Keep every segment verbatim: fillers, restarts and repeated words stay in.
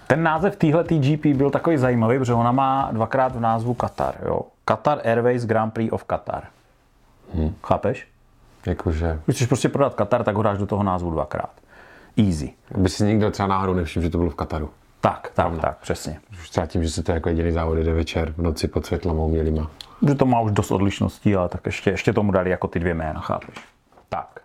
Ten název téhletý G P byl takový zajímavý, protože ona má dvakrát v názvu Qatar, jo. Qatar Airways Grand Prix of Qatar. Hmm. Chápeš? Jakože... Když chceš prostě prodat Qatar, tak ho dáš do toho názvu dvakrát. Easy. Aby si nikdo třeba náhodou nevšiml, že to bylo v Kataru. Tak, tak, no. tak, přesně. Už třeba tím, že se to jako jediný závod jde večer v noci pod světlama umělýma. Že to má už dost odlišností, ale tak ještě, ještě tomu dali jako ty dvě jména, chápeš? Tak.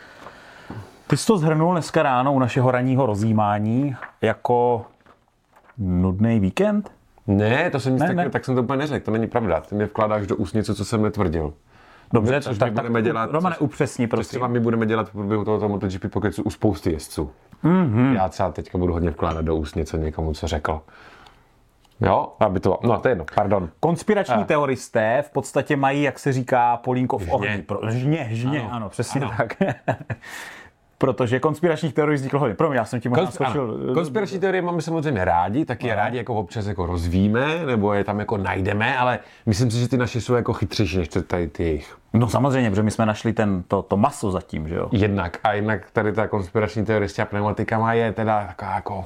Ty jsi to zhrnul dneska ráno u našeho ranního rozjímání jako nudný víkend? Ne, to jsem nic ne, tak, ne. tak jsem to úplně neřekl, to není pravda. Ty mě vkládáš do úst něco, co jsem netvrdil. Dobře, což tak, my tak, budeme tak dělat, Romane, upřesni, prosím. Třeba my budeme dělat v průběhu tohoto MotoGP pokecu u spousty jezdců. Mm-hmm. Já třeba teďka budu hodně vkládat do úst něco někomu, co řekl. Jo, aby to, no to je jedno, pardon. Konspirační A. teoristé v podstatě mají, jak se říká, polínko v ohni. Žně. Pro, žně, žně, ano, ano přesně ano. tak. Protože konspiračních teorií vzniklo hodně. Promiň, já jsem ti možná Konsp- skočil. Konspirační teorie máme samozřejmě rádi, taky je rádi jako občas jako rozvíjíme, nebo je tam jako najdeme, ale myslím si, že ty naše jsou jako chytřejší než tady ty jejich. No samozřejmě, protože my jsme našli ten, to, to maso zatím, že jo? Jednak. A jednak tady ta konspirační teorie s těma pneumatikama je teda taková jako...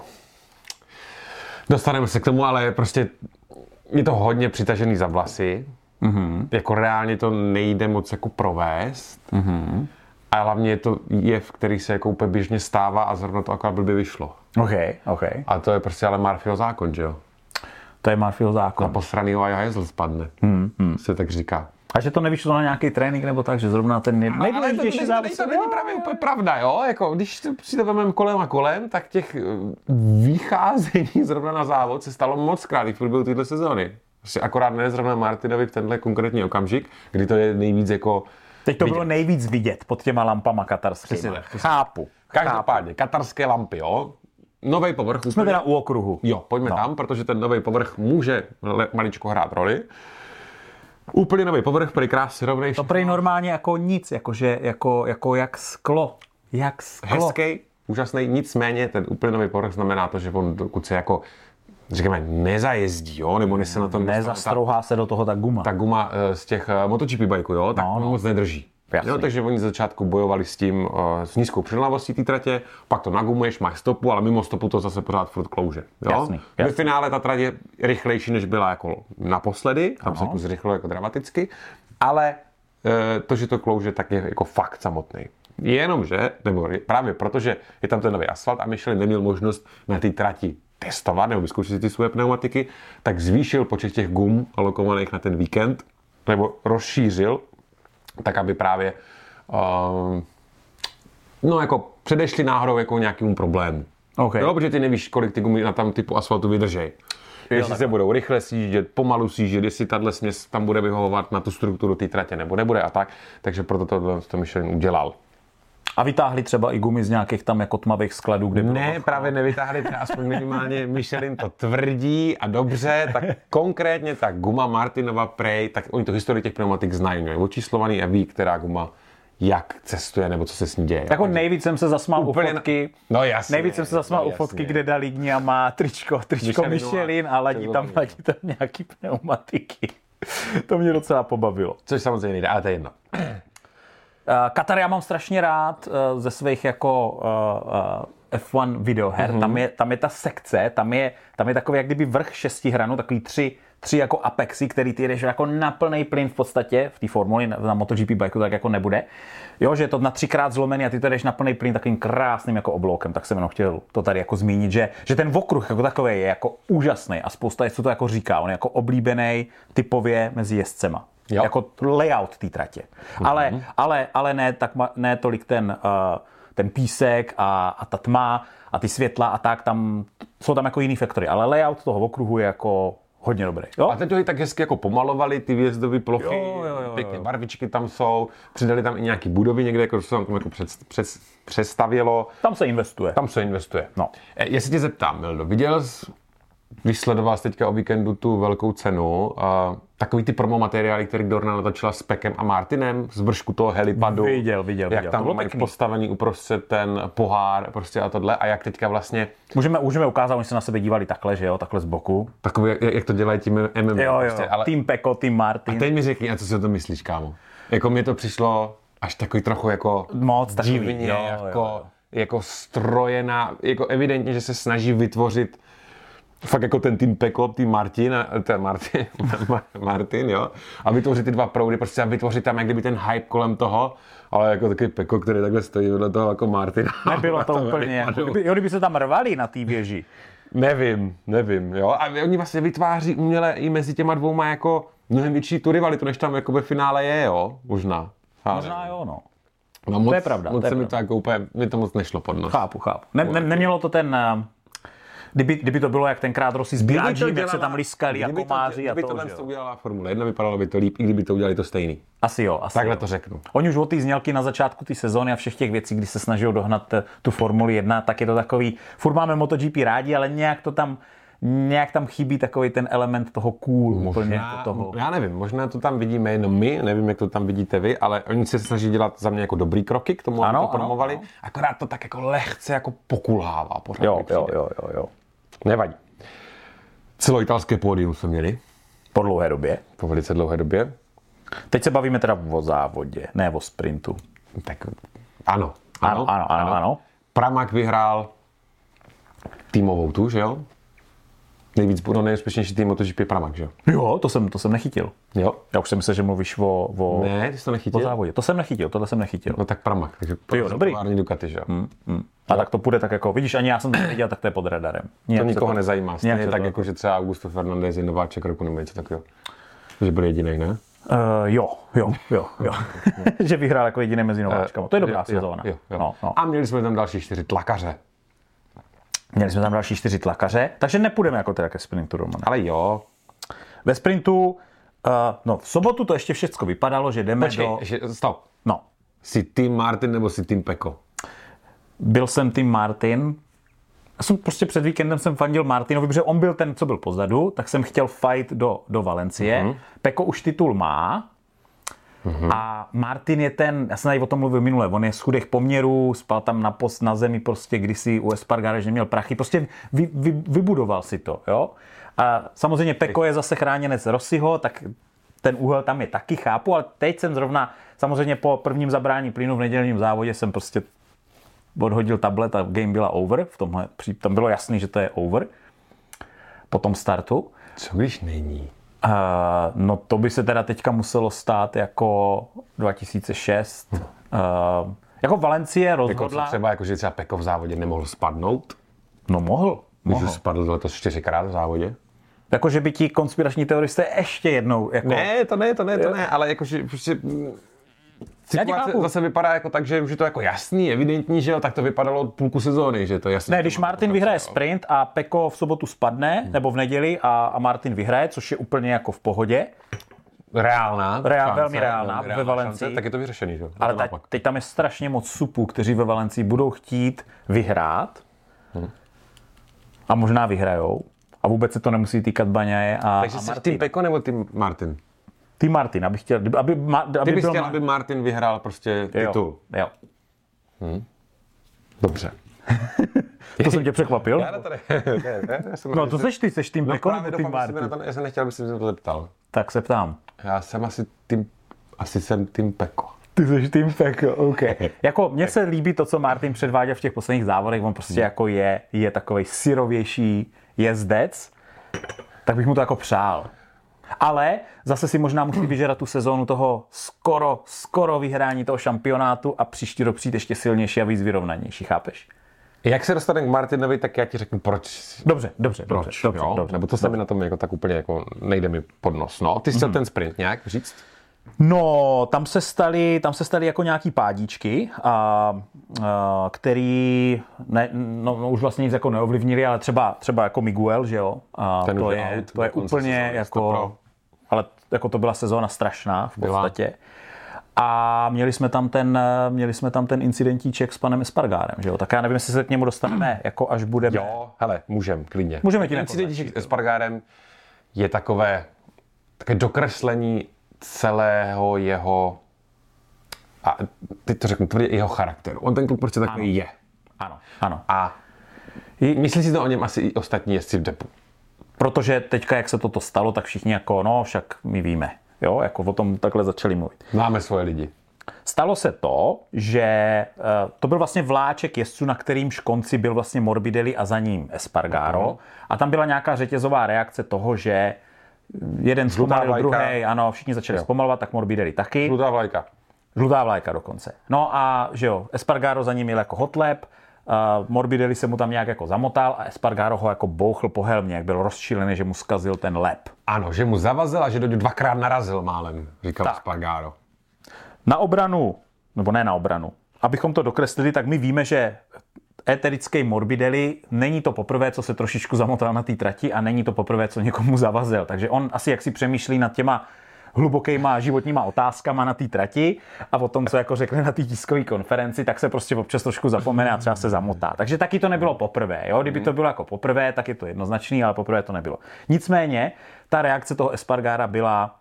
Dostaneme se k tomu, ale prostě je to hodně přitažený za vlasy. Mm-hmm. Jako reálně to nejde moc jako provést. Mm-hmm. A hlavně je to jev, který se jako úplně běžně stává a zrovna to akorát blbě vyšlo. OK, OK. A to je prostě ale Murphyho zákon, že jo? To je Murphyho zákon. Na posranýho a hajzl spadne, hmm, hmm. se tak říká. A že to nevyšlo na nějaký trénink nebo tak, že zrovna ten nejdůležitější závod. To není právě úplně pravda, jo? Jako, když si to vezmeme kolem a kolem, tak těch vycházení zrovna na závod se stalo moc krát v průběhu téhle sezóny. Akorát ne zrovna Martinovi v tenhle konkrétní okamžik, kdy to je nejvíc jako... Teď to vidět. Bylo nejvíc vidět pod těma lampama katarskými. Chápu. Každopádně, katarské lampy, jo? Nový povrch. Jsme teda u okruhu. Jo, pojďme no. tam, protože ten nový povrch může maličko hrát roli. Úplně nový povrch, prý krásně rovnej. To prý normálně jako nic, jakože, jako, jako jak sklo. Jak sklo. Hezký, úžasný, nicméně ten úplně nový povrch znamená to, že on dokud se jako, říkáme, nezajezdí, jo, nebo než se na tom nezastrouhá se do toho ta guma. Ta guma z těch MotoGP bajků, jo, tak no, no. moc nedrží. Jo, takže oni z začátku bojovali s tím, uh, s nízkou přilnavostí té tratě, pak to nagumuješ, máš stopu, ale mimo stopu to zase pořád furt klouže. Jo? Jasný, jasný. Ve finále ta trať je rychlejší, než byla jako naposledy, tam se jako zrychlo jako dramaticky, ale uh, to, že to klouže, tak je jako fakt samotný. Jenomže, nebo právě protože je tam ten nový asfalt a Michelin neměl možnost na té trati testovat nebo vyzkoušet si ty svoje pneumatiky, tak zvýšil počet těch gum alokovaných na ten víkend, nebo rozšířil, tak aby právě uh, no jako předešli náhodou jako nějakému problému. Okay. Jo, protože ty nevíš, kolik ty gumy na tam typu asfaltu vydržej. Jestli se budou rychle sjíždět, pomalu sjíždět, jestli tahle směs tam bude vyhovovat na tu strukturu té tratě nebo nebude a tak. Takže proto to, to Michelin udělal. A vytáhli třeba i gumy z nějakých tam jako tmavých skladů, kde bylo... Ne, právě nevytáhli, aspoň minimálně Michelin to tvrdí a dobře, tak konkrétně ta guma Martinova Prey, tak oni to historii těch pneumatik znají, mají očíslovaný a ví, která guma jak cestuje, nebo co se s ní děje. Jako nejvíc jsem se zasmál u fotky, no jasně, nejvíc jsem se zasmál no u fotky, kde Daligny a má tričko, tričko Michelin, Michelin a ladí tam, ladí tam nějaký pneumatiky. To mě docela pobavilo. Což samozřejmě nejde, ale to je jedno. Katar já mám strašně rád ze svých jako uh, uh, F jedna videoher. Mm-hmm. Tam je, tam je ta sekce, tam je, tam je takový jak kdyby vrch šesti hranů, takový tři, tři jako apexy, který ty jedeš jako na plnej plyn v podstatě v té formuli, na, na MotoGP bajku tak jako nebude. Jo, že je to na třikrát zlomený a ty to jdeš na plnej plyn takovým krásným jako obloukem, tak jsem jenom chtěl to tady jako zmínit, že, že ten okruh jako takový je jako úžasný a spousta jezdců to jako říká, on je jako oblíbený typově mezi jezdcema. Jo. Jako layout té tratě. Mm-hmm. Ale, ale, ale ne, tak ma, ne tolik ten, uh, ten písek a, a ta tma a ty světla a tak, tam jsou tam jako jiný faktory. Ale layout toho okruhu je jako hodně dobrý. Jo? A teď to i tak hezky jako pomalovali ty výjezdové plochy, jo, jo, jo, pěkně barvičky tam jsou, přidali tam i nějaký budovy někde, jako se tam jako před, před, přestavělo. Tam se investuje. Tam se investuje. No. E, jestli tě zeptám, Mildo, viděl jsi, vysledoval jsi teďka o víkendu tu velkou cenu, uh, takový ty promo materiály, který Dorna natočila s Pekem a Martinem z vršku toho helipadu. Viděl, viděl, jak viděl. tam mají postavený uprostřed ten pohár prostě a tohle a jak teďka vlastně... Můžeme, můžeme ukázat, oni se na sebe dívali takhle, že jo, takhle z boku. Takový, jak, jak to dělají tím M M A. Jo, jo, prostě, ale... tým Peko, tým Martin. A teď mi řekni, a co si o tom myslíš, kámo? Jako mi to přišlo až takový trochu jako... Moc takový, divně, jo, jako, jo, jo. jako strojená, jako evidentně, že se snaží vytvořit fakt jako ten tým Peko, tým Martin, ten Martin, Martin, jo, a vytvořit ty dva proudy, prostě a vytvořit tam jak kdyby ten hype kolem toho, ale jako takový Peko, který takhle stojí vedle toho jako Martin. Nebylo to úplně, jako, kdyby, jo, kdyby se tam rvali na té věži. Nevím, nevím, jo, a oni vlastně vytváří uměle i mezi těma dvouma jako mnohem větší tu rivalitu, než tam jako ve finále je, jo, možná. Možná jo, no. No moc, to je pravda. Moc to je se pravda. mi to jako úplně, mi to moc nešlo pod nos. Chápu, chápu. Ne, ne, nemělo to ten, kdyby, kdyby to bylo jak tenkrát Rossi s Biagiem, jak se tam liskali a komáři a to, to, kdyby to udělala Formule jedna, vypadalo by to líp, i kdyby to udělali to stejný. Asi jo, asi Takhle jo. to řeknu. Oni už od té znělky na začátku té sezóny a všech těch věcí, kdy se snaží dohnat tu Formuli jedna, tak je to takový, furt máme MotoGP rádi, ale nějak to tam nějak tam chybí takový ten element toho cool, možná, úplně jako toho. Já nevím, možná to tam vidíme jenom my, nevím, jak to tam vidíte vy, ale oni se snaží dělat za mě jako dobrý kroky k tomu, aby ano, to promovali, ano, ano. Akorát to tak jako lehce jako pokulhává pořád. Jo, jo, jo, jo, jo. Nevadí. Celoitalské pódium jsme měli. Po dlouhé době. Po velice dlouhé době. Teď se bavíme teda o závodě, ne o sprintu. Tak ano. Ano, ano, ano, ano. ano. Pramac vyhrál týmovou tu, že jo? Nejvíc budou nejúspěšnější tým MotoGP Pramac, že jo? Jo, to jsem, to jsem nechytil. Jo. Já už jsem myslel, že mluvíš o, o, ne, ty jsi to nechytil? o závodě. To jsem nechytil, tohle jsem nechytil. No tak Pramac, takže jo, dobrý. Ducati, že jo? Hmm, hmm. A tak to půjde tak jako, vidíš, ani já jsem to neviděl, tak to je pod radarem. Nějak to nikoho to, nezajímá. Stejně tak, to, jako že třeba Augusto Fernandez je nováček roku nebo něco takového. Že byl jediný, ne? Uh, jo, jo, jo, jo. Že vyhrál jako jediný mezi nováčkama. To je dobrá uh, sezóna. Jo, jo. No, no. A měli jsme tam další čtyři tlakaře. Měli jsme tam další čtyři tlakaře, takže nepůjdeme jako teda ke sprintu, Romane. Ale jo. Ve sprintu, uh, no v sobotu to ještě všechno vypadalo, že jdeme Počkej, do... ještě, stop. No. Jsi tým Martin nebo jsi tým Peko? Byl jsem tým Martin. Já jsem prostě před víkendem jsem fandil Martinovi, protože on byl ten, co byl pozadu, tak jsem chtěl fight do, do Valencie. Mm-hmm. Peko už titul má. Mm-hmm. A Martin je ten, já jsem tady o tom mluvil minule, on je z chudých poměrů, spal tam na post na zemi, prostě kdysi u Espargara, že neměl prachy, prostě vy, vy, vybudoval si to, jo. A samozřejmě Peko je zase chráněnec Rossiho, tak ten úhel tam je taky, chápu, ale teď jsem zrovna, samozřejmě po prvním zabrání plynu v nedělním závodě jsem prostě odhodil tablet a game byla over, v tomhle, tam bylo jasný, že to je over po tom startu. Co když není? Uh, no to by se teda teďka muselo stát jako dva tisíce šest. Uh, jako Valencie rozhodla... Jako třeba jako, že třeba Peko v závodě nemohl spadnout? No mohl. Můžu spadl letos čtyřikrát v závodě? Jako, že by ti konspirační teoristé ještě jednou... Jako... Ne, to ne, to ne, to ne, ale jakože prostě... Situace zase vypadá jako tak, že už je to jako jasný, evidentní, že jo, tak to vypadalo od půlku sezóny, že to je jasný. Ne, když Martin vyhraje sprint a Peko v sobotu spadne, hmm. nebo v neděli a, a Martin vyhraje, což je úplně jako v pohodě. Reálná. Reál, šance, velmi reálná, velmi ve Valencii. Šance, tak je to vyřešený, že jo. Ale teď, teď tam je strašně moc supů, kteří ve Valencii budou chtít vyhrát hmm. a možná vyhrajou. A vůbec se to nemusí týkat Baňaje a Takže a jsi tým Peko nebo tým Martin? Tým Martin, abych chtěl, aby, aby, aby Ty bys byl... chtěl, aby Martin vyhrál prostě titul. Jo, jo. Hmm. Dobře. To jsem tě překvapil? Já na to ne, ne, ne, já jsem no to seš ty, seš tým no, Peko nebo tým Martin? To, já jsem nechtěl, abych se to zeptal. Tak se ptám. Já jsem asi tým, asi jsem tým Peko. Ty jsi tým Peko, OK. Jako mně se líbí to, co Martin předváděl v těch posledních závodech, on prostě hmm. jako je, je takovej syrovější jezdec, tak bych mu to jako přál. Ale zase si možná musí vyžerat tu sezónu toho skoro, skoro vyhrání toho šampionátu a příští rok přijít ještě silnější a víc vyrovnanější, chápeš? Jak se dostane k Martinovi, tak já ti řeknu proč. Dobře, dobře, proč, dobře, dobře, jo? dobře. Nebo to se mi na tom jako tak úplně jako nejde mi pod nos. No, ty jsi chtěl mm. ten sprint nějak říct? No, tam se staly, tam se staly jako nějaký pádíčky, a, a, který ne, no, no, už vlastně nic jako neovlivnili, ale třeba, třeba jako Miguel, že jo? A ten to je, out, to je úplně jako, ale jako to byla sezóna strašná v podstatě. Byla. A měli jsme tam ten, měli jsme tam ten incidentíček s panem Espargarem, že jo? Tak já nevím, jestli se k němu dostaneme, jako až budeme. Jo, hele, můžem, klidně. Můžeme ti incidentíček s Espargarem je takové, také dokreslení celého jeho, a teď to řeknu, tvrdě jeho charakteru. On ten kluk prostě takový ano. je. Ano, ano. A myslí si to o něm asi i ostatní jezdci v depu. Protože teďka, jak se toto stalo, tak všichni jako, no však my víme. Jo, jako o tom takhle začali mluvit. Máme svoje lidi. Stalo se to, že to byl vlastně vláček jezdců, na kterýmž konci byl vlastně Morbidelli a za ním Espargaro. Uh-huh. A tam byla nějaká řetězová reakce toho, že jeden zpomalil druhý, ano, všichni začali jo. zpomalovat, tak Morbidelli taky. Žlutá vlajka. Žlutá vlajka dokonce. No a že jo, Espargaro za ním jel jako hotlap, uh, Morbidelli se mu tam nějak jako zamotal a Espargaro ho jako bouchl po helmě, jak byl rozčilený, že mu zkazil ten lep. Ano, že mu zavazil a že do něj dvakrát narazil málem, říkal tak. Espargaro. Na obranu, nebo ne na obranu, abychom to dokreslili, tak my víme, že éterický Morbidelli není to poprvé, co se trošičku zamotal na té trati a není to poprvé, co někomu zavazil. Takže on asi jak si přemýšlí nad těma hlubokýma životníma otázkama na té trati a o tom, co jako řekli na té tiskové konferenci, tak se prostě občas trošku zapomene a třeba se zamotá. Takže taky to nebylo poprvé. Jo? Kdyby to bylo jako poprvé, tak je to jednoznačný, ale poprvé to nebylo. Nicméně, ta reakce toho Espargara byla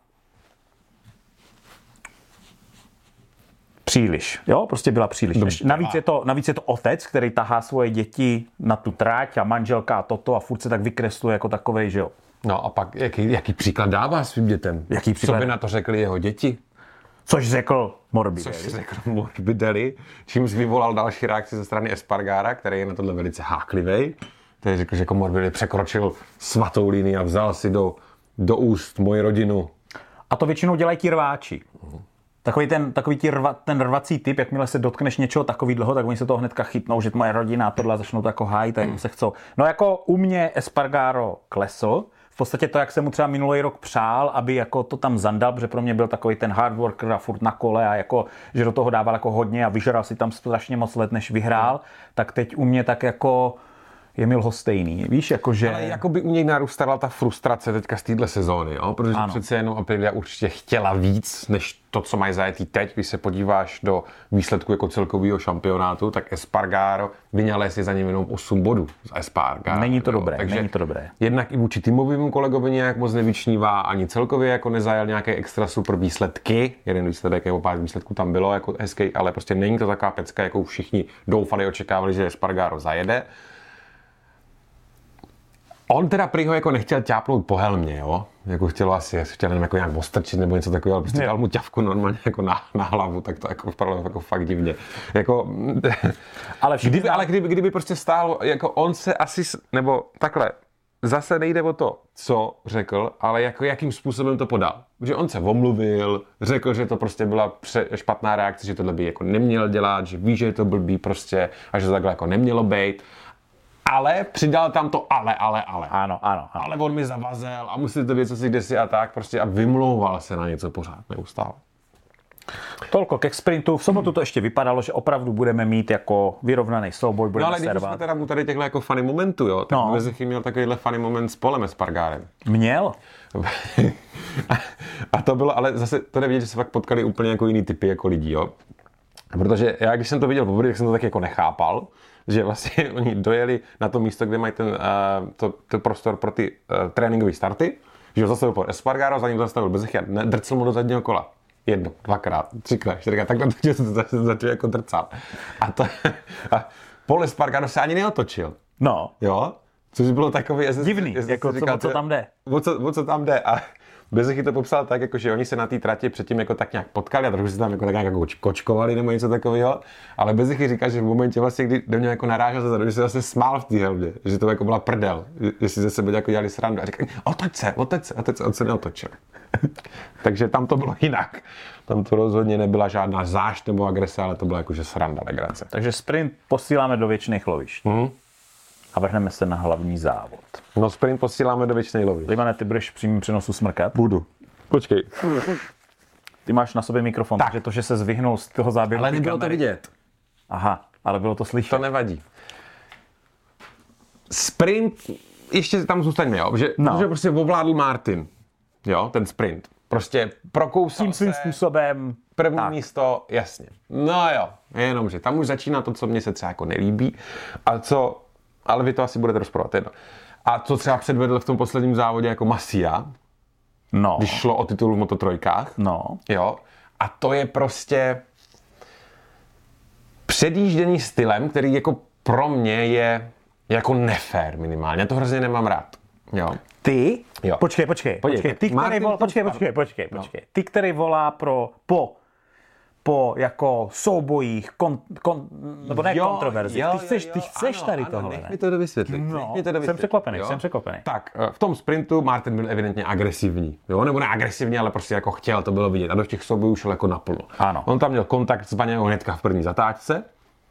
příliš. Jo, prostě byla příliš. Dobře. Navíc je, to, navíc je to otec, který tahá svoje děti na tu trať a manželka a toto a furt se tak vykresluje jako takovej, že jo. No a pak jaký, jaký příklad dává svým dětem? Jaký příklad? Co by na to řekli jeho děti? Což řekl Morbidelli. Což řekl Morbidelli, čímž vyvolal další reakci ze strany Espargara, který je na tohle velice háklivý. Který řekl, že jako Morbidelli překročil svatou linii a vzal si do, do úst moji rodinu. A to většinou dělají ti rváči. Uh-huh. Takový ten, takový tí rva, ten rvací typ, jakmile se dotkneš něčeho takového, tak oni se toho hnedka chytnou, že moje rodina a tohle začnou to jako hájit a jim se chcou. No jako u mě Espargaro klesl, v podstatě to, jak jsem mu třeba minulý rok přál, aby jako to tam zandal, protože pro mě byl takový ten hard worker a furt na kole a jako, že do toho dával jako hodně a vyžral si tam strašně moc let, než vyhrál, mm. tak teď u mě tak jako je mi lhostejný, víš, jakože... Ale jako by u něj narůstala ta frustrace teďka z téhle sezóny, jo? Protože ano. Přece jenom Aprilia určitě chtěla víc, než to, co mají zajetý teď. Když se podíváš do výsledku jako celkového šampionátu, tak Espargaro vyňal si za ním jenom osm bodů z Espargaro. Není to jo? dobré, Takže není to dobré. Jednak i vůči týmovému kolegovi nějak moc nevyčnívá, ani celkově jako nezajel nějaké extra super výsledky. Jeden výsledek nebo pár výsledků tam bylo jako hezký, ale prostě není to taková pecka, jako všichni doufali, očekávali, že Espargaro zajede. On teda prý ho jako nechtěl ťápnout po helmě, jo? Jako chtěl asi, chtěl jenom jako nějak ostrčit nebo něco takového, ale prostě dal mu ťavku normálně jako na, na hlavu, tak to jako vypadalo jako fakt divně. Jako, ale, kdyby, ale kdyby, kdyby prostě stálo, jako on se asi, nebo takhle, zase nejde o to, co řekl, ale jako jakým způsobem to podal. Protože on se omluvil, řekl, že to prostě byla pře- špatná reakce, že tohle by jako neměl dělat, že ví, že je to blbý prostě a že to takhle jako nemělo být. Ale přidal tam to ale, ale, ale. Ano, ano, ano. Ale on mi zavazel a musí to vědět, co si kdesi a tak prostě a vymlouval se na něco pořád neustále. Toľko ke sprintu. V sobotu to ještě vypadalo, že opravdu budeme mít jako vyrovnaný souboj, budeme servát. No ale když jsme teda mu tady těchto jako funny momentů, jo, tak no. Bezechy měl takovýhle funny moment s Polem Espargarem. Měl? A to bylo, ale zase to nevidět, že se fakt potkali úplně jako jiný typy jako lidí, jo. Protože já, když jsem to viděl poprvé, tak jsem to tak jako nechápal, že vlastně oni dojeli na to místo, kde mají ten, uh, to, to prostor pro ty uh, tréninkové starty, že ho zastavil po Espargaro, za ním zastavil Bezechy a drcl mu do zadního kola. Jedno, dvakrát, třikrát, čtyřikrát, takhle to se začal jako drcat. A to, a Pol Espargaro se ani neotočil. No. Jo? Což bylo takový... Divný, jestli, jako říkal, co, co tam jde. O co, o co tam jde. A Bezechy to popsal tak, jako, že oni se na té trati předtím jako tak nějak potkali a trochu se tam jako, tak nějak jako kočkovali nebo něco takového. Ale Bezechy říká, že v momentě vlastně, kdy do něj jako narážel zezadu, že se vlastně smál v té helmě, že to jako byla prdel, že si ze sebe jako dělali srandu a říkali, otoč se, otoč se, a teď se on se neotočil. Takže tam to bylo jinak. Tam to rozhodně nebyla žádná zášť nebo agrese, ale to byla jakože sranda, legrace. Takže sprint posíláme do věčných lovišť. Mm. A vrhneme se na hlavní závod. No sprint posíláme do věčných lovišť. Limane, ty budeš v přímém přenosu smrkat? Budu. Počkej. Ty máš na sobě mikrofon, tak. Takže to, že se zvyhnul z toho záběru. Ale nebylo kamery. To vidět. Aha, ale bylo to slyšet. To nevadí. Sprint, ještě tam zůstaňme, jo, že, no. Že prostě ovládl Martin, jo, ten sprint. Prostě prokousal tím svým způsobem. První tak. Místo, jasně. No jo, jenom, že tam už začíná to, co mně se třeba jako nelíbí, a co, ale vy to asi budete rozporovat, jedno. A co třeba předvedl v tom posledním závodě jako Masia, no. Když šlo o titul v mototrojkách, no. Jo, a to je prostě předjíždění stylem, který jako pro mě je jako nefér minimálně. Já to hrozně nemám rád. Jo. Ty? Jo. Počkej, počkej, počkej. Ty, který volá, počkej, počkej, počkej, počkej. Ty, který volá pro, po, po jako soubojích, kon, kon, nebo ne jo, kontroverzi. Jo, Ty chceš, jo, ty chceš ano, tady ano, tohle, nech ne? mi to dovysvětlit. No, nech mi to dovysvětlit, jsem překvapený, jo? jsem překvapený. Tak, v tom sprintu Martin byl evidentně agresivní, jo? Nebo ne agresivní, ale prostě jako chtěl, to bylo vidět. A do těch soubojů šel jako naplno. Ano. On tam měl kontakt s Baňou hnedka v první zatáčce,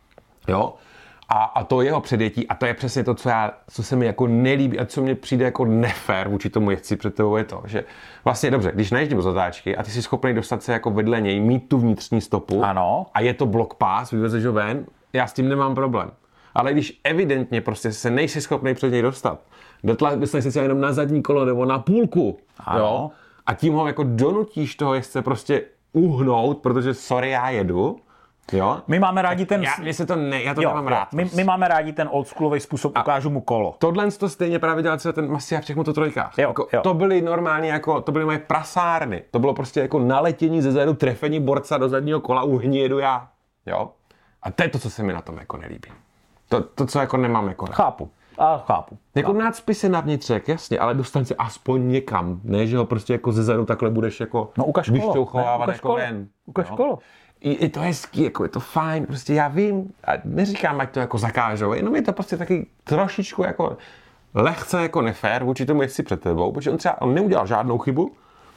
jo? A, a to jeho předjetí, a to je přesně to, co, já, co se mi jako nelíbí a co mě přijde jako nefér vůči tomu jezdci před tebou, je to, že vlastně dobře, když najíždím do zatáčky a ty jsi schopný dostat se jako vedle něj, mít tu vnitřní stopu, ano. A je to block pass, vyvezeš ho ven, já s tím nemám problém. Ale když evidentně prostě se nejsi schopný před něj dostat, dostaneš se jenom na zadní kolo nebo na půlku, jo? A tím ho jako donutíš toho jezdce prostě uhnout, protože sorry, já jedu, jo? My máme rádi ten... Já, mě se to ne, já to jo, nemám jo. rád. My, my máme rádi ten oldschoolový způsob, a ukážu mu kolo. Tohle to stejně právě dělal třeba ten Masia v těch mototrojkách. Jo, jako, jo. To byly normálně jako, to byly moje prasárny. To bylo prostě jako naletění ze zadu, trefení borca do zadního kola, uhni jedu já. Jo? A to je to, co se mi na tom jako nelíbí. To, to co jako nemám jako rád. Chápu. A chápu. Jako nácpis je na vnitřek, jasně, ale dostaň se aspoň někam. Ne, že ho prostě jako ze zadu takhle budeš jako no, ukaž kolo. vyšťouchovávat Ne, jako kolo. ven. Ukaž no? kolo. I, je to hezký, jako je to fajn, prostě já vím, a neříkám, ať to jako zakážou, jenom je to prostě taky trošičku jako lehce jako nefér vůči tomu jezdci před tebou, protože on třeba on neudělal žádnou chybu,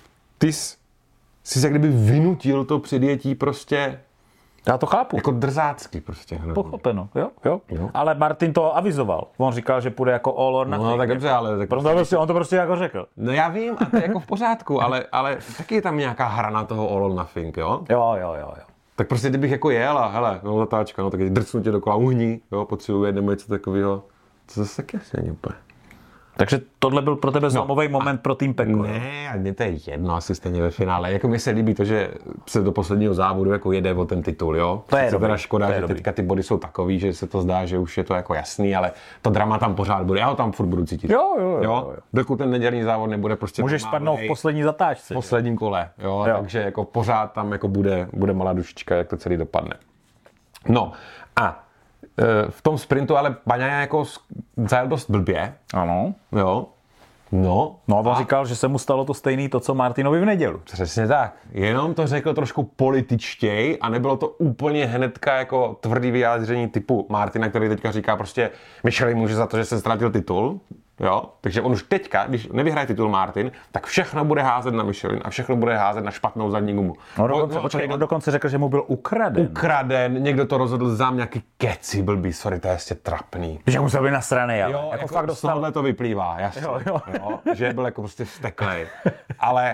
ty jsi, jsi se kdyby vynutil to předjetí prostě Já to chápu. jako drzácky prostě. Pochopeno, jo, jo, Jo. Ale Martin to avizoval. On říkal, že půjde jako all or nothing. No tak dobře, ale... Tak Proto prostě, on to prostě jako řekl. No já vím, a to je jako v pořádku, ale, ale taky je tam nějaká hrana toho all or nothing, jo? Jo, jo, jo, jo. Tak prostě kdybych jako jel a hele, no zatáčka, no tak drcnu tě dokola, uhni, jo, potřebuji jet nebo něco takového. To zase taky asi není úplně. Takže tohle byl pro tebe zlomový no, moment pro tým Peko. Ne, a mě to je jedno, asi stejně ve finále. Jako mi se líbí to, že se do posledního závodu jako jede o ten titul, jo. To je Sice dobrý, teda škoda, to je že dobrý. teďka ty body jsou takový, že se to zdá, že už je to jako jasný, ale to drama tam pořád bude. Já ho tam furt budu cítit. Jo, jo, jo, jo. jo? Dokud ten nedělní závod nebude prostě... Můžeš spadnout v poslední zatáčce. v posledním kole, jo? Jo. Takže jako pořád tam jako bude, bude malá dušička, jak to celý dopadne. No a e, v tom sprintu ale Baňa jako zajel dost blbě, Ano. jo. No, No a on říkal, že se mu stalo to stejné, to, co Martinovi v nedělu. přesně tak. Jenom to řekl trošku političtěji a nebylo to úplně hnedka jako tvrdý vyjádření typu Martina, který teďka říká prostě Michelin může za to, že se ztratil titul. Jo? Takže on už teďka, když nevyhraje titul Martin, tak všechno bude házet na Michelin a všechno bude házet na špatnou zadní gumu. No, dokonce, no, počkej, on- on dokonce řekl, že mu byl ukraden. Ukraden, někdo to rozhodl za mě, nějaký keci blbý, sorry, to je ještě trapný. Že musel být na straně, ale Jo, jako, jako fakt z dostal. tohohle to vyplývá, jasně. Jo, jo. Jo, že byl jako prostě vzteklej. Ale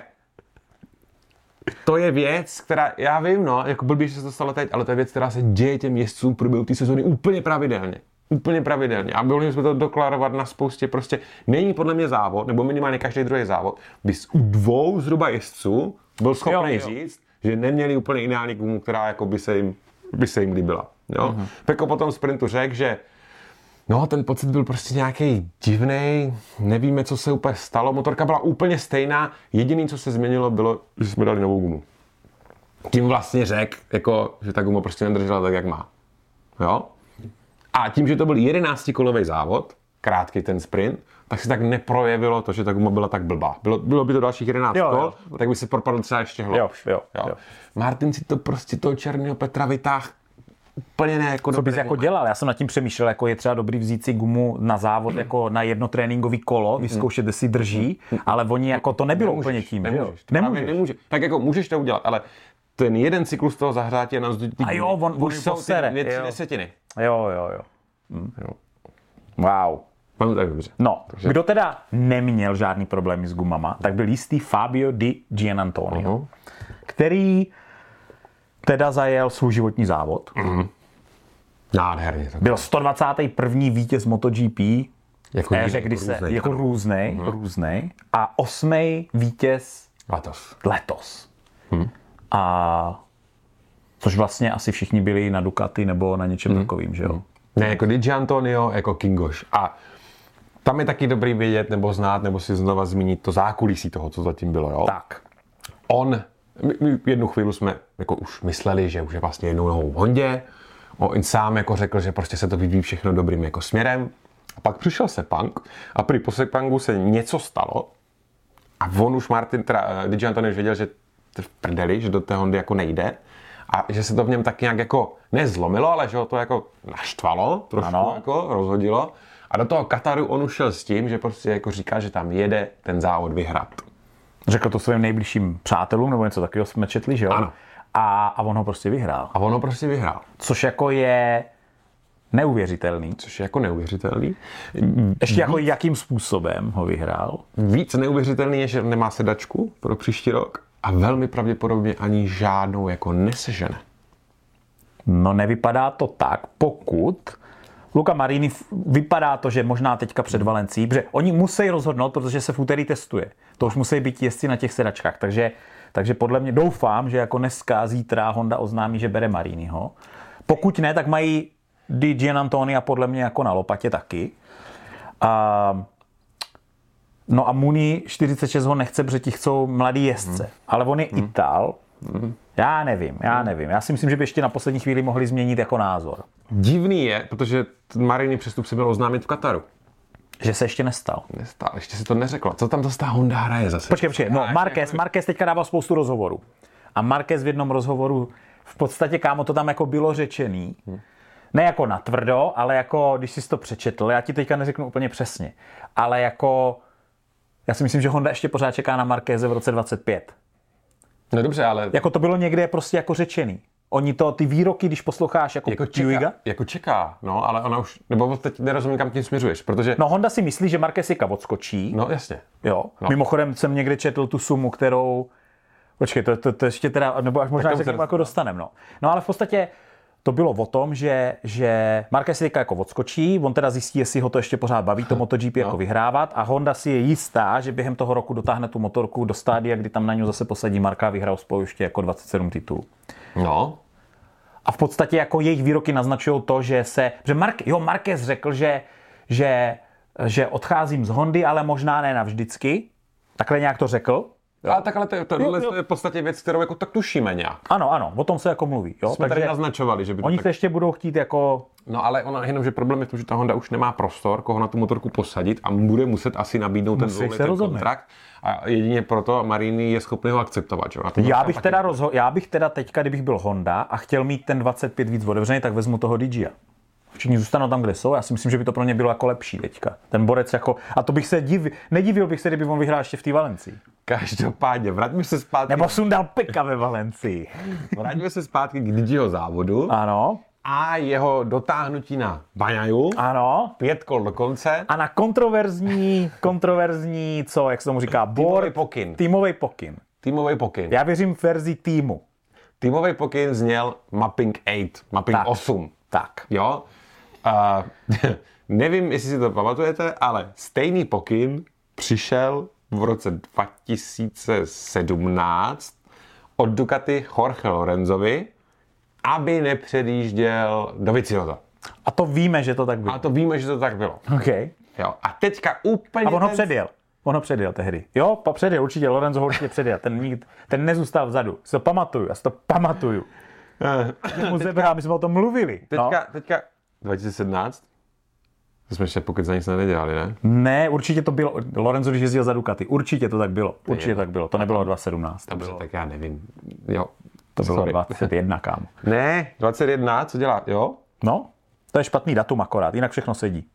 to je věc, která, já vím, no, jako blbý, že se to stalo teď, ale to je věc, která se děje těm jezdcům v průběhu té sezóny úplně pravidelně. Úplně pravidelně. A mohli jsme to deklarovat na spoustě, prostě není podle mě závod, nebo minimálně každý druhý závod, bys u dvou zhruba jezdců byl schopný Jo, jo. říct, že neměli úplně ideální gumu, která jako by se jim, by se jim líbila. Jo? Mhm. Peko po tom sprintu řekl, že no, ten pocit byl prostě nějaký divnej, nevíme, co se úplně stalo, motorka byla úplně stejná, jediné, co se změnilo, bylo, že jsme dali novou gumu. Tím vlastně řekl, jako, že ta guma prostě nedržela tak, jak má. Jo? A tím, že to byl jedenáctikolový závod, krátký ten sprint, tak se tak neprojevilo to, že ta guma byla tak blbá. Bylo, bylo by to dalších jedenáct Jo, kol, jo. tak by se propadl třeba ještě hloub. Jo, jo, Jo. jo. Martin si to prostě toho černého Petra vytáhl úplně ne jako Co bys dobrý jako moment. dělal? Já jsem nad tím přemýšlel, jako je třeba dobrý vzít si gumu na závod jako na jedno tréninkový kolo, vyzkoušet, jestli drží, ale oni jako to nebylo Nemůžeš, úplně tím, že jo? nemůžeš, to právě Nemůžeš. nemůže. Tak jako můžeš to udělat, ale ten jeden cyklus toho zahrátí je na vzduchu. A jo, on- on už ji jsou ty posere, dvě, tři jo. desetiny. Jo, jo, jo. Hm. Jo. Wow. Mám to tak dobře. No, Takže- kdo teda neměl žádný problémy s gumama, tak byl jistý Fabio Di Gianantonio, Uhum. který teda zajel svůj životní závod. Nádherně. To Byl sto dvacátý první vítěz MotoGP, Jako v éře, jiný, kdy jako se, různej. jako různej, různej, a osmý vítěz letos. letos. A což vlastně asi všichni byli na Ducati nebo na něčem takovým, že jo? Ne, jako Di Gianantonio, jako Kingoš. A tam je taky dobrý vědět, nebo znát, nebo si znova zmínit to zákulisí toho, co zatím bylo, jo? Tak. On, my, my jednu chvíli jsme jako už mysleli, že už je vlastně jednou nohou v Hondě. On sám jako řekl, že prostě se to vyvíjí všechno dobrým jako směrem. A pak přišel Sepang a prý po Sepangu se něco stalo a on už Martin, teda Di Gianantonio už věděl, že to v prdeli, že do té Hondy jako nejde. a že se to v něm tak nějak jako nezlomilo, ale že ho to jako naštvalo, trošku ano. jako rozhodilo. A do toho Kataru on ušel s tím, že prostě jako říká, že tam jede ten závod vyhrát. Řekl to svým nejbližším přátelům, nebo něco takového jsme četli, že jo? Ano. A, a on ho prostě vyhrál. A on ho prostě vyhrál. Což jako je neuvěřitelný. Což je jako neuvěřitelný. Ještě jako jakým způsobem ho vyhrál? Víc neuvěřitelný je, že nemá sedačku pro příští rok a velmi pravděpodobně ani žádnou jako nesežene. No nevypadá to tak, pokud Luca Marini vypadá to, že možná teďka před Valencí, protože oni musí rozhodnout, protože se v úterý testuje. To už musí být jezdci na těch sedačkách, takže, takže podle mě doufám, že jako dneska, zítra Honda oznámí, že bere Mariniho. Pokud ne, tak mají Di Gianantonia podle mě jako na lopatě taky. A, no a Muni čtyřicet šest ho nechce, protože ti chcou mladý jezdce. Hmm. Ale on je hmm. Ital. Hmm. Já nevím, já nevím. Já si myslím, že by ještě na poslední chvíli mohli změnit jako názor. Divný je, protože Marini přestup se měl oznámit v Kataru. Že se ještě nestal. Nestal, ještě se to neřeklo. Co tam zase ta Honda hraje zase? Počkej, počkej. No, Marquez, Marquez teďka dával spoustu rozhovorů. A Marquez v jednom rozhovoru, v podstatě, kámo, to tam jako bylo řečený. Hmm. Ne jako natvrdo, ale jako, když jsi to přečetl, já ti teďka neřeknu úplně přesně, ale jako, já si myslím, že Honda ještě pořád čeká na Marqueze v roce dvacet pět. No dobře, ale... Jako to bylo někde prostě jako řečený. Oni to, ty výroky, když posloucháš jako, jako čeká, jako čeká, no, ale ona už, nebo teď nerozumím, kam tím směřuješ, protože... No Honda si myslí, že Marquez jika odskočí. No jasně. Jo, no. Mimochodem jsem někde četl tu sumu, kterou... Počkej, to, to, to ještě teda, nebo až možná se k tomu jako dostaneme, no. No ale v podstatě to bylo o tom, že, že Marquez teďka jako odskočí, on teda zjistí, jestli ho to ještě pořád baví, to MotoGP no. jako vyhrávat a Honda si je jistá, že během toho roku dotáhne tu motorku do stádia, kdy tam na něj zase posadí Marka a vyhrál spolu ještě jako dvacet sedm titulů. No. A v podstatě jako jejich výroky naznačují to, že se, že Mark, jo, Marquez řekl, že, že, že odcházím z Hondy, ale možná ne navždycky. Takhle nějak to řekl. Ale takhle to, to, to, to je v podstatě věc, kterou jako tak tušíme nějak. Ano, ano, o tom se jako mluví. Jo? Jsme takže tady naznačovali, že by to oni tak... se ještě budou chtít jako... No ale ono, jenom, že problém je v tom, že ta Honda už nemá prostor, koho na tu motorku posadit a bude muset asi nabídnout ten dvouletý kontrakt. A jedině proto Marini je schopný ho akceptovat. Že? Já bych, teda rozho- já bych teda teďka, kdybych byl Honda a chtěl mít ten dvacet pět víc otevřený, tak vezmu toho Di Gia. Všichni zůstanou tam, kde jsou. Já si myslím, že by to pro ně bylo jako lepší teďka. Ten borec jako... A to bych se divil... Nedivil bych se, kdyby on vyhrál ještě v té Valencii. Každopádně, vraťme se zpátky... Nebo sundal Peka ve Valencii. Vraťme se zpátky k Di Giho závodu. Ano. A jeho dotáhnutí na Baňaju. Ano. Pět kol do konce. A na kontroverzní, kontroverzní, co, jak se tomu říká, board. Týmový pokyn. Týmový pokyn. Týmový pokyn. Já věřím v verzi týmu. Týmový pokyn zněl Mapping osm, Mapping tak. osm. Tak. Jo. Uh, nevím, jestli si to pamatujete, ale stejný pokyn přišel v roce dva tisíce sedmnáct od Ducati Jorge Lorenzovi, aby nepředjížděl Dovizioso. A to víme, že to tak bylo. A to víme, že to tak bylo. Okay. Jo. A teďka úplně... A on ho ten... předjel. On ho předjel tehdy. Jo, pa předjel, určitě, Lorenzo ho určitě předjel. Ten, nikdy, ten nezůstal vzadu. Si to pamatuju, já si to pamatuju. Mu zebral, my jsme o tom mluvili. Teďka, no. teďka dva tisíce sedmnáct? To jsme ještě pokud za nic nedělali, ne? Ne, určitě to bylo. Lorenzo, když jezdil za Ducati, určitě to tak bylo. Určitě to tak bylo. To nebylo dva tisíce sedmnáct. To bylo, tak já nevím. Jo. To bylo Sorry. dvacet jedna, kámo. Ne, dvacet jedna, co dělá, jo? No, to je špatný datum akorát, jinak všechno sedí.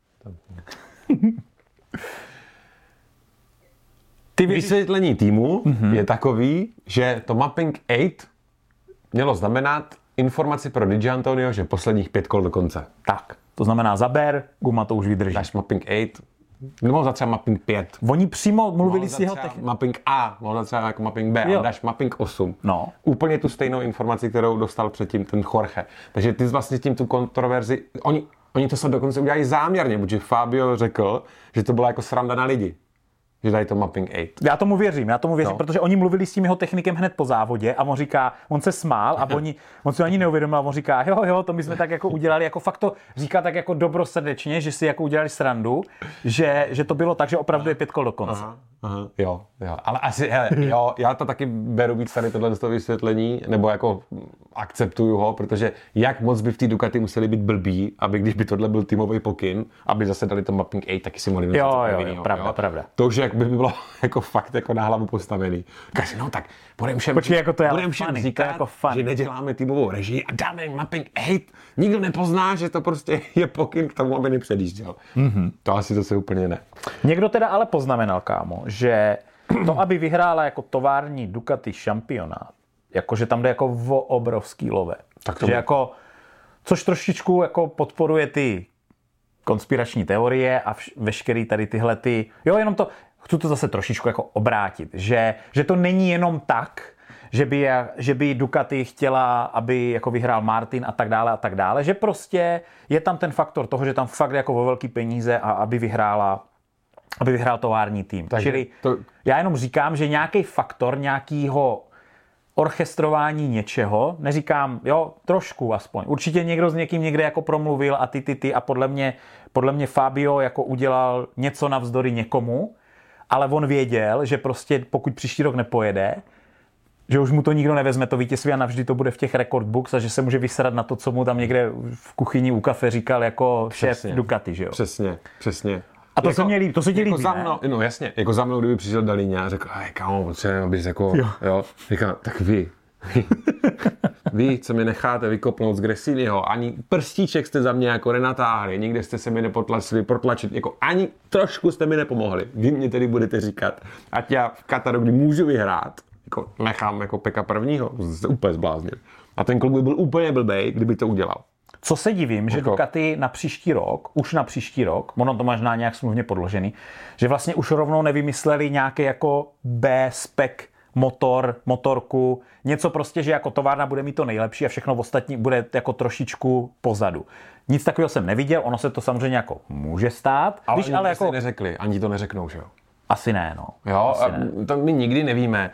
Ty vysvětlení týmu mm-hmm. je takový, že to Mapping osm mělo znamenat informaci pro Di Gianantonio, že posledních pět kol do konce. Tak, to znamená zaber, guma to už vydrží. Dáš Mapping osm, nebo za třeba Mapping pět. Oni přímo mluvili s jeho technikou. Mapping A, mohla třeba jako Mapping B, jo. A dáš Mapping osm. No. Úplně tu stejnou informaci, kterou dostal předtím ten Jorge. Takže ty vlastně tím tu kontroverzi, oni, oni to se dokonce udělali záměrně, protože Fabio řekl, že to byla jako sranda na lidi. Že dají to Mapping osm. Já tomu věřím, já tomu věřím, no. Protože oni mluvili s tím jeho technikem hned po závodě a on říká, on se smál a oni, on si ani neuvědomil a on říká, jo, jo, to my jsme tak jako udělali, jako fakt to říká tak jako dobrosrdečně, že si jako udělali srandu, že, že to bylo tak, že opravdu je pět kol do konce. Aha. Aha, jo, jo, ale asi, hele, jo, já to taky beru víc tady tohle vysvětlení, nebo jako akceptuju ho, protože jak moc by v té Ducati museli být blbí, aby když by tohle byl týmový pokyn, aby zase dali to mapping osm, taky si mohli jo, jo, jo, pravda, jo. pravda. To už jak by bylo jako fakt jako na hlavu postavený. Kasi, no tak budeme všem, Počkej, jako to je budem všem funny, říkat, to je jako funny. že neděláme týmovou režii a dáme mapping osm. Nikdo nepozná, že to prostě je pokyn k tomu, aby nepředjížděl. Mm-hmm. To asi zase úplně ne. Někdo teda ale poznamenal, kámo, že to, aby vyhrála jako tovární Ducati šampionát, jakože tam jde jako o obrovský love. Tak to že by... jako, což trošičku jako podporuje ty konspirační teorie a vš- veškerý tady tyhle ty, jo, jenom to, chci to zase trošičku jako obrátit, že, že to není jenom tak, že by, že by Ducati chtěla, aby jako vyhrál Martin a tak dále a tak dále, že prostě je tam ten faktor toho, že tam fakt jako o velký peníze a aby vyhrála aby vyhrál tovární tým. Takže Čili to... já jenom říkám, že nějaký faktor nějakýho orchestrování něčeho, neříkám, jo, trošku aspoň. Určitě někdo s někým někde jako promluvil a ty, ty, ty a podle mě, podle mě Fabio jako udělal něco navzdory někomu, ale on věděl, že prostě pokud příští rok nepojede, že už mu to nikdo nevezme, to vítězství a navždy to bude v těch record books a že se může vysrat na to, co mu tam někde v kuchyni u kafe říkal jako šéf Ducati, že jo? Přesně, přesně. A to jako, se mě líbí, to se ti líbí, jako za mnou, no jasně, jako za mnou, kdyby přišel Daliňa a řekl, hej, kámo, potřebujeme, abys jako, jo, jo říkám, tak vy, vy, vy, co mě necháte vykopnout z Gresiniho, ani prstíček jste za mě jako nenatáhli, nikde jste se mi nepotlačili, protlačit, jako ani trošku jste mi nepomohli. Vy mě tedy budete říkat, ať já v Kataru, kdy můžu vyhrát, jako nechám jako Peka prvního, jste úplně zbláznil. A ten kluk by byl úplně blbej, kdyby to udělal. Co se divím, že Ducati na příští rok, už na příští rok, ono to možná nějak smluvně podložený, že vlastně už rovnou nevymysleli nějaký jako B-spec motor, motorku, něco prostě, že jako továrna bude mít to nejlepší a všechno ostatní bude jako trošičku pozadu. Nic takového jsem neviděl, ono se to samozřejmě jako může stát. Ale, Víš, ale jako neřekli, ani to neřeknou, že jo? Asi ne, no. Jo, Asi ne. To my nikdy nevíme.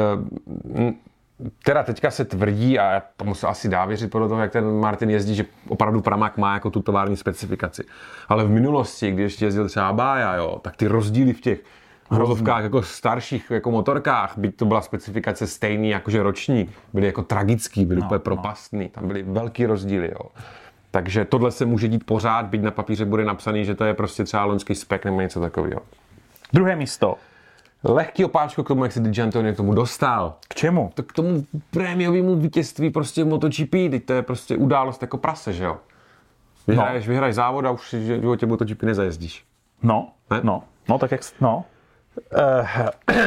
Teda teďka se tvrdí, a tomu se asi dá věřit podle toho, jak ten Martin jezdí, že opravdu Pramac má jako tu tovární specifikaci. Ale v minulosti, když ještě jezdil třeba Baja, jo, tak ty rozdíly v těch hrozovkách jako starších jako motorkách, byť to byla specifikace stejný jakože ročník, byly jako tragický, byly no, úplně propastný, tam byly velký rozdíly, jo. Takže tohle se může dít pořád, byť na papíře bude napsaný, že to je prostě třeba loňský spek nebo něco takového. Druhé místo. Lehký opáčko k tomu, jak se Di Giannantonio k tomu dostal. K čemu? To k tomu prémiovému vítězství prostě v MotoGP, teď to je prostě událost jako prase, že jo? Vyhraješ, no. vyhraješ závod a už v životě MotoGP nezajezdíš. No, ne? no, no tak jak, no. Uh,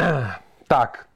tak,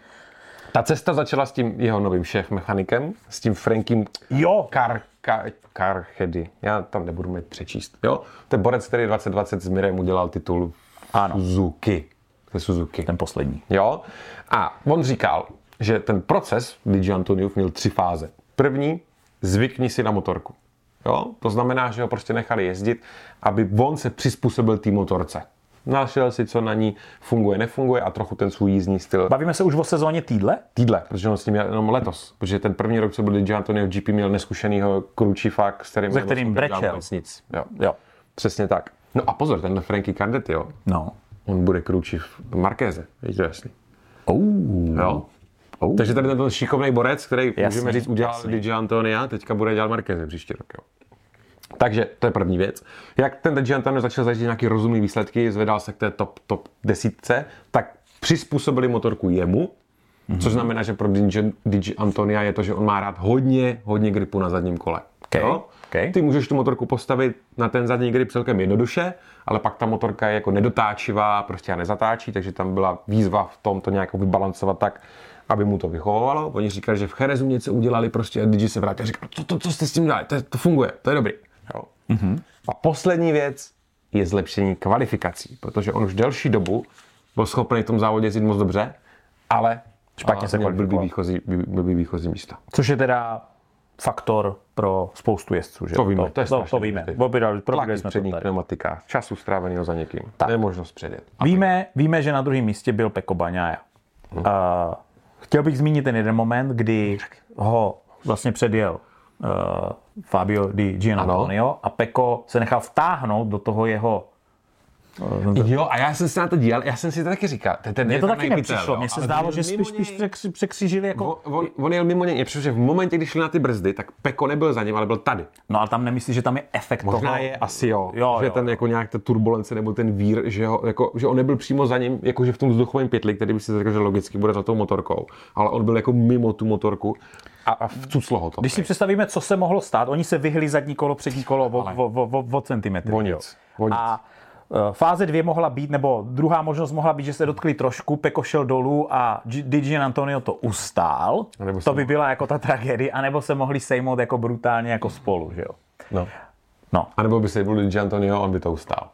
ta cesta začala s tím jeho novým šéf mechanikem, s tím Frankiem jo. Car, Car, Carchedy. Já tam nebudu mít přečíst, jo? To je borec, který dvacet dvacet s Mirem udělal titul ano. Suzuki. Suzuki. Ten poslední. Jo? A on říkal, že ten proces Di Giannantoniův měl tři fáze. První, zvykni si na motorku. Jo? To znamená, že ho prostě nechali jezdit, aby on se přizpůsobil té motorce. Našel si, co na ní funguje, nefunguje a trochu ten svůj jízdní styl. Bavíme se už o sezóně týdle? Týdle, protože on s tím měl jenom letos. Protože ten první rok, co byl Di Giannantonio v G P, měl neskušenýho Cruciffa, s kterým, Ze kterým brečel. Nic. Jo. jo. Přesně tak. No a pozor, tenhle Frankie Cardetti, jo. No. On bude Cruciff Marqueze, je to jasný. Oh. Jo. Oh. Takže tady ten šikovný borec, který jasný, můžeme říct udělal jasný. Di Giannantonia, teďka bude dělat Marqueze příští rok, jo. Takže to je první věc. Jak ten Di Giannantonio začal zajíždět nějaký rozumný výsledky, zvedal se k té top, top desítce, tak přizpůsobili motorku jemu, mm-hmm. což znamená, že pro Di Giannantonia je to, že on má rád hodně, hodně gripu na zadním kole. Okay. Jo? Okay. Ty můžeš tu motorku postavit na ten zadní grip celkem jednoduše, ale pak ta motorka je jako nedotáčivá, prostě a nezatáčí, takže tam byla výzva v tom to nějak vybalancovat tak, aby mu to vychovovalo. Oni říkali, že v Cherezu něco udělali, prostě a Digi se vrátil a říkal, co, to, co jste s tím dělali, to, to funguje, to je dobrý. Jo. Mm-hmm. A poslední věc je zlepšení kvalifikací, protože on už delší dobu byl schopný v tom závodě jezdit moc dobře, ale špatně se blbý výchozí, blbý výchozí místa. Což je teda faktor pro spoustu jezdců, že? To víme, to, to je to, to víme. Tlaky v předních pneumatikách, času stráveného za někým, tak. nemožnost předjet. Víme, víme, že na druhém místě byl Pecco Bagnaia. Hmm. Uh, chtěl bych zmínit ten jeden moment, kdy ho vlastně předjel uh, Fabio Di Giannantonio a Pecco se nechal vtáhnout do toho jeho Jo, a já jsem se na to díval, já jsem si to taky říkal. Ten Mně to taky nepřišlo, mně se zdálo, že spíš, spíš překřížili jako... On, on jel mimo něj, protože v momentě, když šli na ty brzdy, tak Peko nebyl za ním, ale byl tady. No ale tam nemyslíš, že tam je efekt Možná toho? je, asi jo, jo že jo, ten jo. jako nějak ta turbulence nebo ten vír, že, ho, jako, že on nebyl přímo za ním, jakože v tom vzduchovém pytli, který by si řekl, že logicky bude za tou motorkou, ale on byl jako mimo tu motorku a, a vcuclo ho to. Když si představíme, co se mohlo stát, oni se vyhli zadní kolo, přední kolo o, o, o, o, o centimetry. O nic, o nic. A fáze dvě mohla být, nebo druhá možnost mohla být, že se dotkli trošku, Peko šel dolů a Di Giannantonio to ustál. To by byla jako ta tragédie, anebo se mohli sejmout jako brutálně jako spolu, že jo? No. No. A nebo by se byl Di Giannantonio, on by to ustál.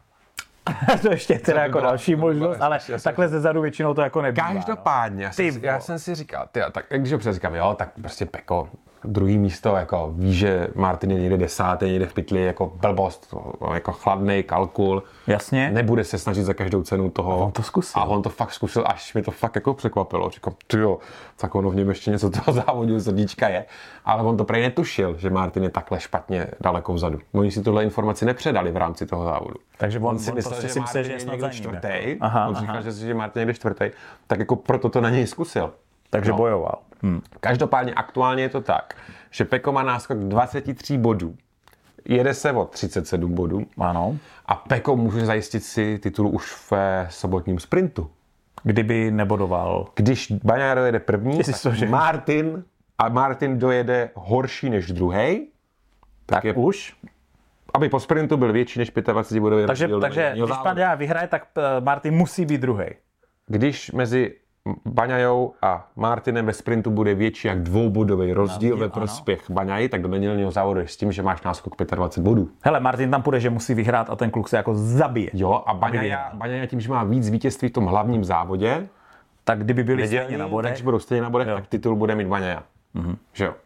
To ještě teda jako byla, další možnost, ale já takhle ze zadu většinou to jako nebývá. Každopádně, já, jsem, já jsem si říkal, ty, tak když ho říkám, jo, tak prostě Peko, druhý místo, jako ví, že Martin je někde desátý, někde v pytli, jako blbost, jako chladnej kalkul. Jasně. Nebude se snažit za každou cenu toho. A on to zkusil. A on to fakt zkusil, až mi to fakt jako překvapilo. Říkám, tyjo, tak ono v něm ještě něco toho závodu srdíčka je. Ale on to prej netušil, že Martin je takhle špatně daleko vzadu. Oni si tuhle informaci nepředali v rámci toho závodu. Takže on, on si on myslel, prostě že si myslel, Martin že je je snad někde za ním. čtvrtý. Aha, On aha. říkal, že, že Martin je někde čtvrtý. Tak jako proto to na něj zkusil. Takže No. bojoval. Hm. Každopádně aktuálně je to tak, že Peko má náskok dvacet tři bodů. Jede se o třicet sedm bodů. Ano. A Peko může zajistit si titul už v sobotním sprintu. Kdyby nebodoval. Když Bagnaia jede první, Jestli tak to, že- Martin a Martin dojede horší než druhý. Tak je, už. aby po sprintu byl větší než dvacet pět bodový Takže, rozdíl do takže jednoho když závodu. Bagnaia vyhraje, tak eh, Martin musí být druhý. Když mezi Bagnaia a Martinem ve sprintu bude větší jak dvoubodový rozdíl Rozdíl, ve prospěch Bagnaia, tak do nedělního závodu s tím, že máš náskok dvacet pět bodů. Hele, Martin tam půjde, že musí vyhrát a ten kluk se jako zabije. Jo, a vyhrál. Bagnaia, Bagnaia tím, že má víc vítězství v tom hlavním závodě, Tak kdyby byli nedělní, stejně na bodech, takže budou stejně na bodech, Jo. tak titul bude mít Bagnaia. Mm-hmm. Že jo?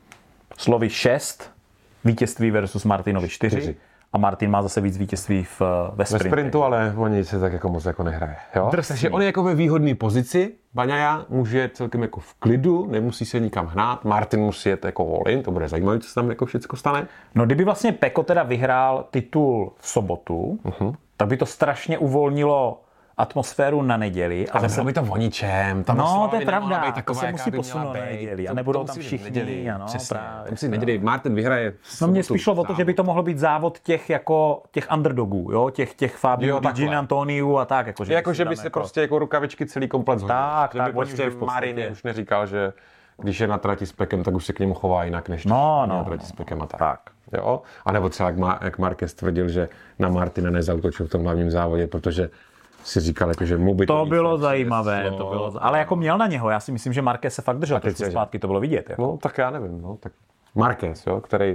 slovy šest, vítězství versus Martinovi čtyři. Čtyři. A Martin má zase víc vítězství v, ve Ve sprintu. sprintu, ale oni se tak jako moc jako nehraje. Jo? Drsný. Takže on je jako ve výhodné pozici. Bagnaia může celkem jako v klidu, nemusí se nikam hnát. Martin musí jet jako all in, to bude zajímavé, co se tam jako všecko stane. No kdyby vlastně Peko teda vyhrál titul v sobotu, uh-huh. tak by to strašně uvolnilo atmosféru na neděli. Ale bylo by to o ničem. Tam No, to je pravda, to se musí posunout na neděli a nebudou tam všichni, ano, právě. Musí neděli. Martin vyhraje v No mě sobotu spíš šlo o to, že by to mohlo být závod těch jako těch underdogů, jo, těch těch Fabio Jo, Di takhle. Giannantoniu a tak, jako že Jako, že by tam se prostě jako rukavičky celý komplet zhodil. Tak, že tak, by oni prostě už by v podstatě- Marin už neříkal, že když je na trati s Pekem, tak už se k němu chová jinak, než No, na no, trati no, s Pekem a tak. tak. Jo? A nebo třeba jak, má, jak Marquez tvrdil, že na Martina nezautočil v tom hlavním závodě, protože si říkal, jako, že mu by to To víc bylo nepřineslo. zajímavé, to bylo, ale jako měl na něho, já si myslím, že Marquez se fakt držel trošku si- zpátky, to bylo vidět. Jako. No, tak já nevím, no, tak Marquez, jo, který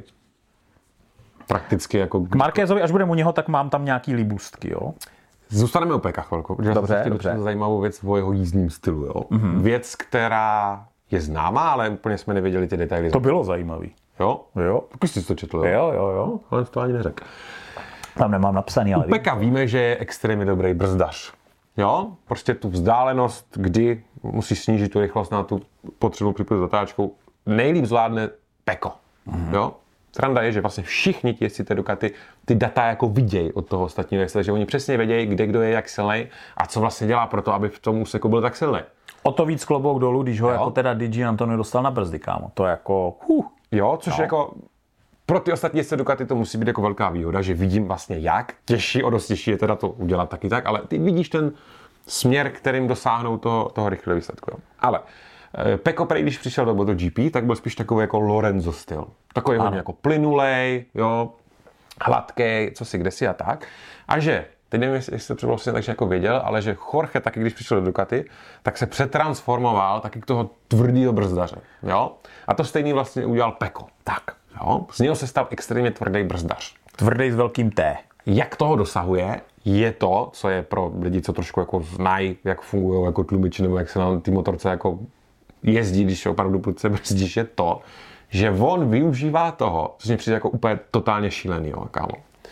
prakticky jako... K Marquezovi, až budeme u něho, tak mám tam nějaký líbůstky, jo. Zůstaneme u Peka chvilku, protože Dobře, já jsem dobře. dobře. zajímavou věc o jeho jízdním stylu, jo. Mm-hmm. Věc, která je známá, ale úplně jsme nevěděli ty detaily. To bylo zajímavý. Jo? Jo, Taky jsi to četl, jo? jo, jo, jo. Ale to ani neřekl. Tam nemám napsaný, ale U Peka víme, že je extrémně dobrý brzdař. Jo? Prostě tu vzdálenost, kdy musí snížit tu rychlost na tu potřebnou připojit zatáčkou, nejlíp zvládne Peko. Mm-hmm. Jo? Sranda je, že vlastně všichni ti jezdci Ducati ty data jako vidějí od toho ostatního jezdce, že oni přesně vědějí, kde kdo je jak silnej a co vlastně dělá pro to, aby v tom úseku byl tak silný. o to víc klobouk dolů, když ho jo. jako teda Di Giannantonio dostal na brzdy, kámo. To jako... Huh. Jo, což No. jako pro ty ostatní jezdce Ducati to musí být jako velká výhoda, že vidím vlastně jak. Těžší, o dost těžší je teda to udělat taky tak, ale ty vidíš ten směr, kterým dosáhnou toho, toho rychlého výsledku. Jo. Ale eh, Peko, prej, když přišel do MotoGP, tak byl spíš takový jako Lorenzo styl. Takový hodně jako plynulej, jo, hladký, co si, kde si a tak. A že, teď nevím, jestli jste to vlastně takže jako věděl, ale že Jorge taky, když přišel do Ducati, tak se přetransformoval taky k toho tvrdého brzdaře. Jo? A to stejný vlastně udělal Peko. Tak. Jo? Z něho se stal extrémně tvrdý brzdař. Tvrdý s velkým T. Jak toho dosahuje, je to, co je pro lidi, co trošku jako znají, jak fungují jako tlumiči, nebo jak se na té motorce jako jezdí, když opravdu prudce brzdíš, je to, že on využívá toho, což mě přijde jako úplně totálně šílený, jo, kámo.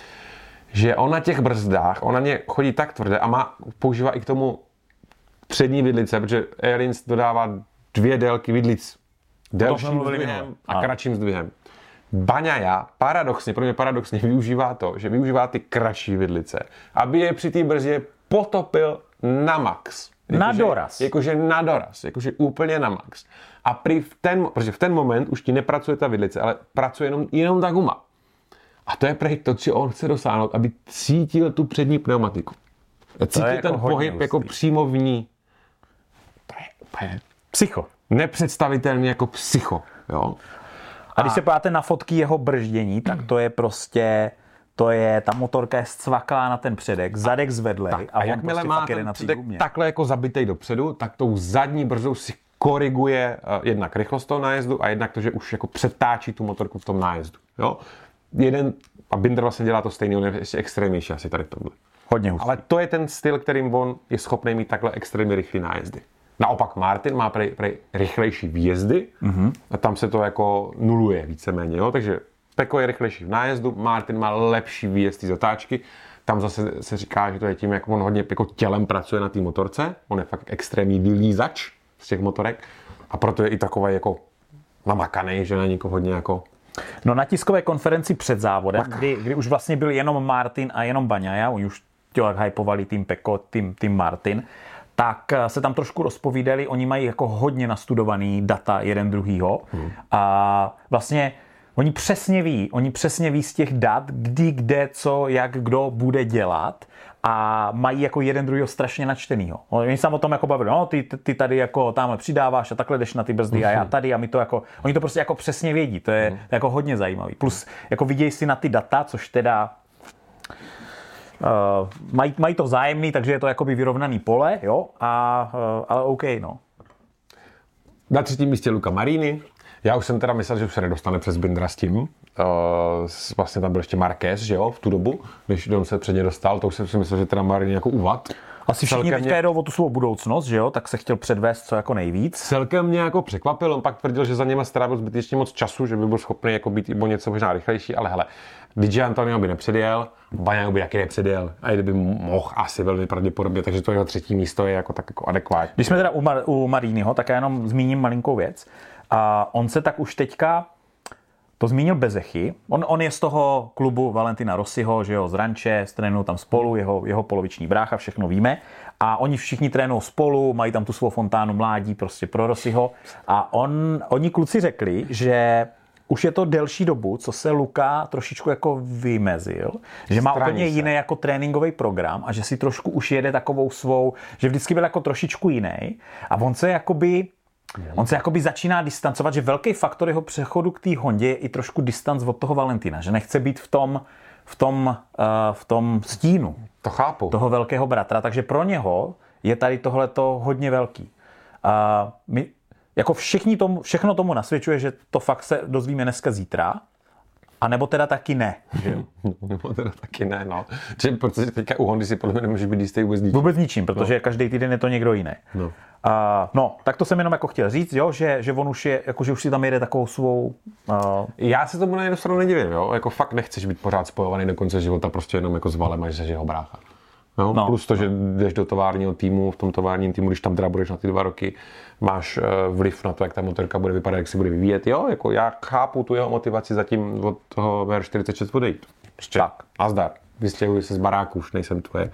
Že on na těch brzdách, on na ně chodí tak tvrdě a má, používá i k tomu přední vidlice, protože Airins dodává dvě délky vidlic. Delším mluvili zdvihem minule. a Ano. kratším zdvihem. Bagnaia paradoxně, pro mě paradoxně využívá to, že využívá ty kratší vidlice, aby je při té brzdě potopil na max. Jako na že, doraz. Jakože na doraz, jakože úplně na max. A prý v ten, protože v ten moment už ti nepracuje ta vidlice, ale pracuje jenom, jenom ta guma. A to je prý to, co on chce dosáhnout, aby cítil tu přední pneumatiku. Cítil ten jako pohyb jako přímo v ní. To je úplně psycho. Nepředstavitelný jako psycho. Jo? A když se podíváte na fotky jeho brždění, tak to je prostě, to je, ta motorka je zcvaklá na ten předek, zadek zvedlej tak, a, a on jakmile prostě má fakt jede ten na té předek gumě. takhle jako zabitej dopředu, tak tou zadní brzdou si koriguje uh, jednak rychlost toho nájezdu a jednak to, že už jako přetáčí tu motorku v tom nájezdu. Jo? Jeden, a Binder vlastně dělá to stejný, on je ještě extrémnější asi tady v tomhle. Hodně hustý. Ale to je ten styl, kterým on je schopný mít takhle extrémně rychlý nájezdy. Naopak Martin má prej, prej rychlejší výjezdy mm-hmm. a tam se to jako nuluje víceméně, jo? Takže Pecco je rychlejší v nájezdu, Martin má lepší výjezd té zatáčky, tam zase se říká, že to je tím, jak on hodně jako tělem pracuje na té motorce, on je fakt extrémní vylízač z těch motorek a proto je i takový jako namakaný, že na někoho hodně jako... No na tiskové konferenci před závodem, kdy, kdy už vlastně byl jenom Martin a jenom Bagnaia, oni už tělak hypovali tým Pecco, tým, tým Martin, tak se tam trošku rozpovídali, oni mají jako hodně nastudovaný data jeden druhýho hmm. a vlastně oni přesně ví, oni přesně ví z těch dat, kdy, kde, co, jak, kdo bude dělat a mají jako jeden druhýho strašně načtenýho. Oni se o tom jako bavili, no ty, ty tady jako tamhle přidáváš a takhle jdeš na ty brzdy hmm. a já tady a my to jako, oni to prostě jako přesně vědí, to je, hmm. to je jako hodně zajímavý. Plus jako vidějí si na ty data, což teda Uh, mají, mají to vzájemný, takže je to jakoby vyrovnaný pole, jo, a, uh, ale OK, no. Na třetím místě Luca Marini. Já už jsem teda myslel, že už se nedostane přes Bindra s tím. Uh, vlastně tam byl ještě Marquez, že jo, v tu dobu, když on se před ně dostal, to už jsem si myslel, že teda Marini jako uvad. Asi všichni teďka mě... jedou o tu svou budoucnost, že jo, tak se chtěl předvést co jako nejvíc. Celkem mě jako překvapil, on pak tvrdil, že za něma strávil zbytečně moc času, že by byl schopný jako být i o něco možná rychlejší, ale hele, Di Giannantonio by nepředjel, Bagnaia by taky nepředjel a kdyby mohl asi velmi pravděpodobně, takže to jeho třetí místo je jako tak jako adekvátní. Když jsme teda u, Mar- u Mariniho, tak já jenom zmíním malinkou věc. A on se tak už teďka, to zmínil Bezechy, on, on je z toho klubu Valentina Rossiho, že jo, z Ranče, trénují tam spolu, jeho, jeho poloviční brácha, všechno víme. A oni všichni trénují spolu, mají tam tu svou fontánu mládí prostě pro Rossiho. A on, oni kluci řekli, že už je to delší dobu, co se Luka trošičku jako vymezil, že má Straní úplně se. jiný jako tréninkový program a že si trošku už jede takovou svou, že vždycky byl jako trošičku jiný a on se jakoby On se jakoby začíná distancovat, že velký faktor jeho přechodu k té Hondě je i trošku distanc od toho Valentina, že nechce být v tom, v tom, uh, v tom stínu To chápu. toho velkého bratra, takže pro něho je tady tohleto hodně velký. Uh, my, jako všichni tomu, všechno tomu nasvědčuje, že to fakt se dozvíme dneska zítra, a nebo teda taky ne. Že? Nebo teda taky ne, no. Že, protože teďka u Hondy si podle mě nemůže být jistý vůbec ničím. Vůbec ničím, protože no. každý týden je to někdo jiný. No. Uh, no, tak to jsem jenom jako chtěl říct, jo, že, že on už je, jako, že už si tam jede takovou svou... Uh... Já se tomu na jednu stranu nedivím, jo. Jako fakt nechceš být pořád spojovaný do konce života prostě jenom jako s Valem, až jeho brácha. No, no. Plus to, že jdeš do továrního týmu, v tom továrním týmu, když tam teda budeš na ty dva roky, máš uh, vliv na to, jak ta motorka bude vypadat, jak se bude vyvíjet. Jo, jako já chápu tu jeho motivaci zatím od toho V R čtyřicet šest odejít. Prostě tak. Nazdar. Vystěhuji se z baráku, už nejsem tvoje.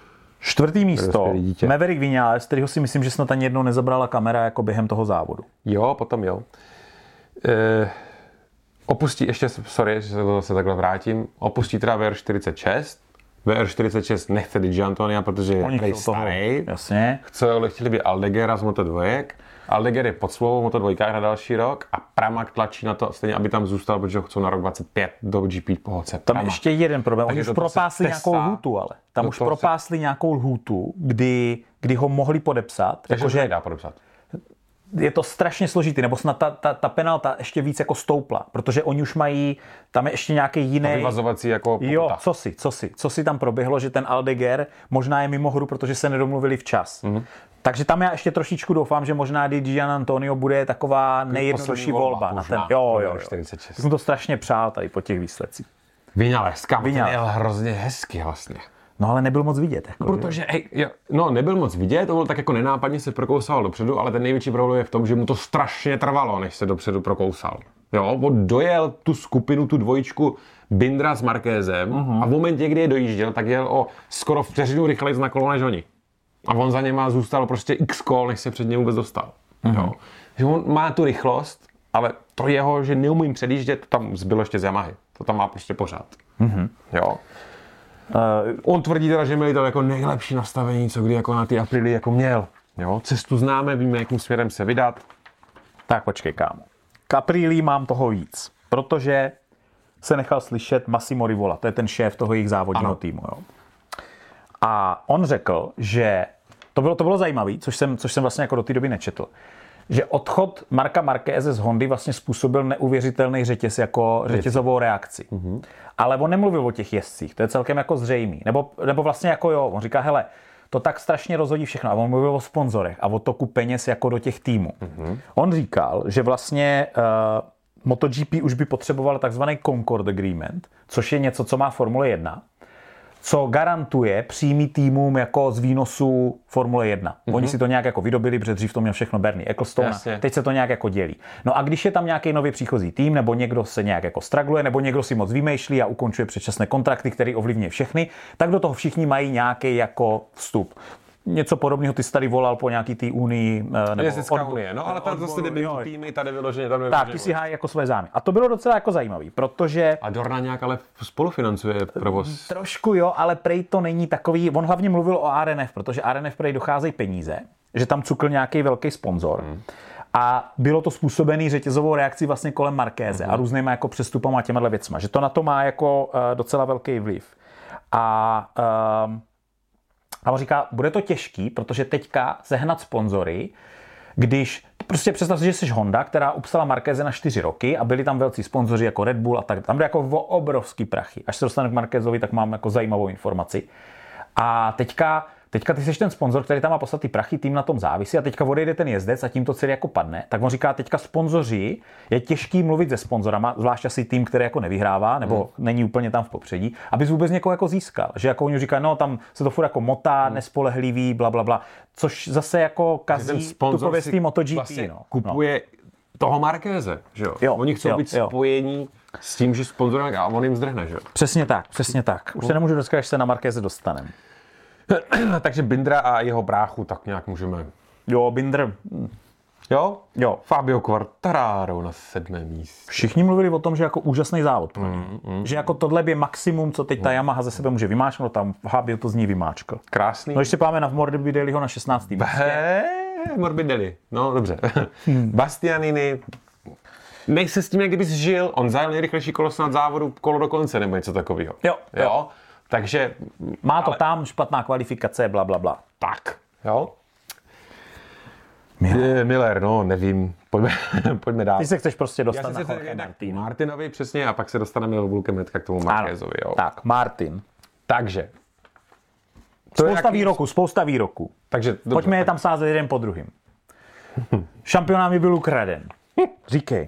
Čtvrtý místo, Maverick Viñales, kterýho si myslím, že snad ani jednou nezabrala kamera jako během toho závodu. Jo, potom jo. E, opustí, ještě, sorry, že se to zase takhle vrátím, opustí teda V R čtyřicet šest. V R čtyřicet šest nechce Di Giannantonia, protože je prej starý. Jasně. Chce, chtěli by Aldegera z Moto dva. Aldeger je pod smlouvou Moto dva na další rok a Pramac tlačí na to stejně, aby tam zůstal, protože ho chcou na rok dvacet pět do G P pohodce. Tam je ještě jeden problém. Oni už propásli nějakou lhůtu, ale. Tam už propásli se... nějakou lhůtu, kdy, kdy ho mohli podepsat. Takže jako, nedá podepsat. Je to strašně složitý, nebo snad ta, ta, ta penalta ještě víc jako stoupla, protože oni už mají, tam je ještě nějaký jiný... To vyvazovací jako pokuta. Jo, co si, co si, co si tam proběhlo, že ten Aldeguer možná je mimo hru, protože se nedomluvili včas. Mm-hmm. Takže tam já ještě trošičku doufám, že možná Di Giannantonio bude taková nejjednodušší volba. volba na ten, jo, jo, jo. čtyřicet šest. Jsem to strašně přál tady po těch výsledcích. Viñales, kam ten jel hrozně hezky vlastně. No ale nebyl moc vidět. Jako, Protože, hej, jo, no nebyl moc vidět, on tak jako nenápadně se prokousal dopředu, ale ten největší problém je v tom, že mu to strašně trvalo, než se dopředu prokousal. Jo, on dojel tu skupinu, tu dvojičku Bindra s Markézem uh-huh. a v momentě, kdy je dojížděl, tak jel o skoro vteřinu rychleji na kolo než oni. A on za něma zůstal prostě x kol, než se před ním vůbec dostal. Uh-huh. Jo. Že on má tu rychlost, ale to jeho, že neumím předjíždět, to tam zbylo ještě z Yamahy. To tam má prostě pořád. Uh-huh. Jo. Uh, on tvrdí teda, že měli to jako nejlepší nastavení, co kdy jako na ty Aprily jako měl. Jo. Cestu známe, víme, jakým směrem se vydat. Tak počkej, kámo. K Aprilii mám toho víc, protože se nechal slyšet Massimo Rivola, to je ten šéf toho jejich závodního ano. týmu. Jo. A on řekl, že to bylo, to bylo zajímavé, což jsem, což jsem vlastně jako do té doby nečetl, že odchod Marka Markéze z Hondy vlastně způsobil neuvěřitelný řetěz jako řetězovou reakci. Mm-hmm. Ale on nemluvil o těch jezdcích, to je celkem jako zřejmý. Nebo, nebo vlastně jako jo, on říká, hele, to tak strašně rozhodí všechno. A on mluvil o sponzorech a o toku peněz jako do těch týmů. Mm-hmm. On říkal, že vlastně uh, MotoGP už by potřeboval takzvaný Concord Agreement, což je něco, co má Formule jedna, co garantuje přímý týmům jako z výnosu Formule jedna. Mm-hmm. Oni si to nějak jako vydobili, protože dřív to měl všechno Bernie Ecclestone. Jasně. Teď se to nějak jako dělí. No a když je tam nějaký nový příchozí tým, nebo někdo se nějak jako stragluje, nebo někdo si moc vymýšlí a ukončuje předčasné kontrakty, které ovlivňují všechny, tak do toho všichni mají nějaký jako vstup. Něco podobného ty jsi tady volal po nějaký té unii. Nebo Jezdecká unie, no ale tam zase debilní týmy, tady vyloženě tam Tak, ty si hájí jako své zájmy. A to bylo docela jako zajímavý, protože... A Dorna nějak ale spolufinancuje provoz. Trošku jo, ale prej to není takový... On hlavně mluvil o R N F, protože R N F prej docházejí peníze, že tam cukl nějaký velký sponzor. Hmm. A bylo to způsobený řetězovou reakcí vlastně kolem Markéze hmm. a různýma jako přestupama a těmahle věcma. Že to na to má jako uh, docela velký vliv. A... Uh, A on říká, bude to těžký, protože teďka sehnat sponzory, když prostě představ si, že jsi Honda, která upsala Markéze na čtyři roky a byli tam velcí sponzoři jako Red Bull a tak. Tam jde jako o obrovský prachy. Až se dostane k Markézovi, tak mám jako zajímavou informaci. A teďka, teďka ty jsi ten sponzor, který tam má poslat ty prachy, tým na tom závisí a teďka odejde ten jezdec a tím to celé jako padne. Tak on říká, teďka sponzoři, je těžký mluvit se sponzorama, zvlášť asi tým, který jako nevyhrává nebo hmm. není úplně tam v popředí, abys vůbec někoho jako získal. Že jako oni říkají, no tam se to furt jako motá, hmm. nespolehlivý, bla bla bla, což zase jako kazí tu pověst té MotoGP. Vlastně no. kupuje no. toho Markéze, že jo? jo oni chcou jo, být jo. spojení s tím, že sponzorem a on jim zdrhne, že jo? Přesně tak, přesně tak. Už se nemůžu dneska, až se na Markéze dostaneme. Takže Bindra a jeho bráchu tak nějak můžeme... Jo, Binder. Jo? Jo. Fabio Quartararo na sedmém místě. Všichni mluvili o tom, že jako úžasný závod pro mm, mm, že jako tohle je maximum, co teď ta Yamaha ze sebe může vymáčknout, tam Fabio to z ní vymáčkl. Krásný. No ještě páme na Morbidelliho na šestnáctém místě. Morbidelli, no dobře. Hmm. Bastianini, nej se s tím, jak kdybys žil, on zajel nejrychlejší kolo snad závodu, kolo do konce, nebo něco takového. Jo, jo. jo. Takže... Má to ale... tam, špatná kvalifikace, bla, bla, bla. Tak, jo. Miller, Miller no, nevím. Pojďme, pojďme dál. Ty se chceš prostě dostat Já na Jorge Martin. Martinovi, přesně, a pak se dostaneme do Vulkem hnedka k tomu Markézovi, jo. Tak, Martin. Takže. To spousta jaký... výroků, spousta výroků. Takže, dobře, pojďme tak... je tam sázet jeden po druhým. Šampionát mi byl ukraden. Říkej.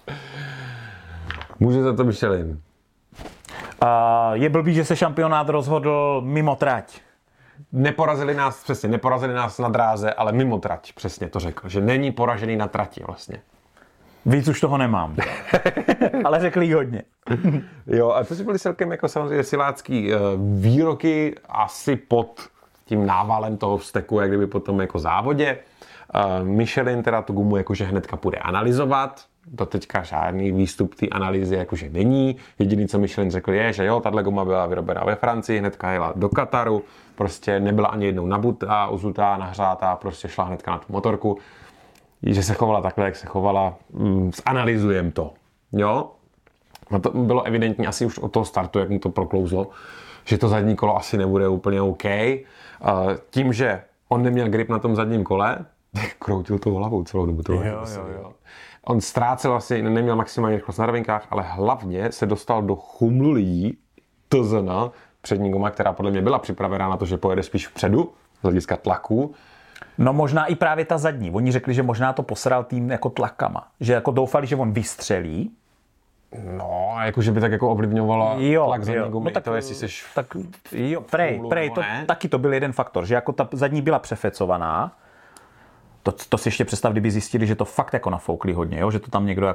Může za to Michelin. Uh, je blbý, že se šampionát rozhodl mimo trať. Neporazili nás, přesně, neporazili nás na dráze, ale mimo trať, přesně to řekl, že není poražený na trati vlastně. Víc už toho nemám. Ale řekli jí hodně. Jo, a to si byly celkem jako samozřejmě silácký výroky, asi pod tím návalem toho vzteku, jak kdyby potom jako závodě. Michelin teda tu gumu jakože hnedka půjde analyzovat. Do teďka žádný výstup té analýzy jakože není. Jediný, co Michelin řekl, je, že jo, tahle guma byla vyrobená ve Francii, hnedka jela do Kataru, prostě nebyla ani jednou nabutá, uzutá, nahřátá, prostě šla hnedka na tu motorku. Že se chovala takhle, jak se chovala, mm, zanalizujeme to, jo. No to bylo evidentní asi už od toho startu, jak mu to proklouzlo, že to zadní kolo asi nebude úplně OK. Tím, že on neměl grip na tom zadním kole, kroutil tou hlavou celou dobu. Toho jo, jo, jo. On ztrácel vlastně, neměl maximální rychlost na rovinkách, ale hlavně se dostal do chumlulí T Z N, přední guma, která podle mě byla připravená na to, že pojede spíš vpředu, z hlediska tlaku. No možná i právě ta zadní. Oni řekli, že možná to posral tým jako tlakama. Že jako doufali, že on vystřelí. No, jakože by tak jako ovlivňovala jo, tlak zadní gumy. No tak, to jestli seš tak, jo, prej, prej, to, taky to byl jeden faktor, že jako ta zadní byla přefecovaná. To, to si ještě představ, kdyby zjistili, že to fakt jako nafoukli hodně, jo? Že to tam někdo jako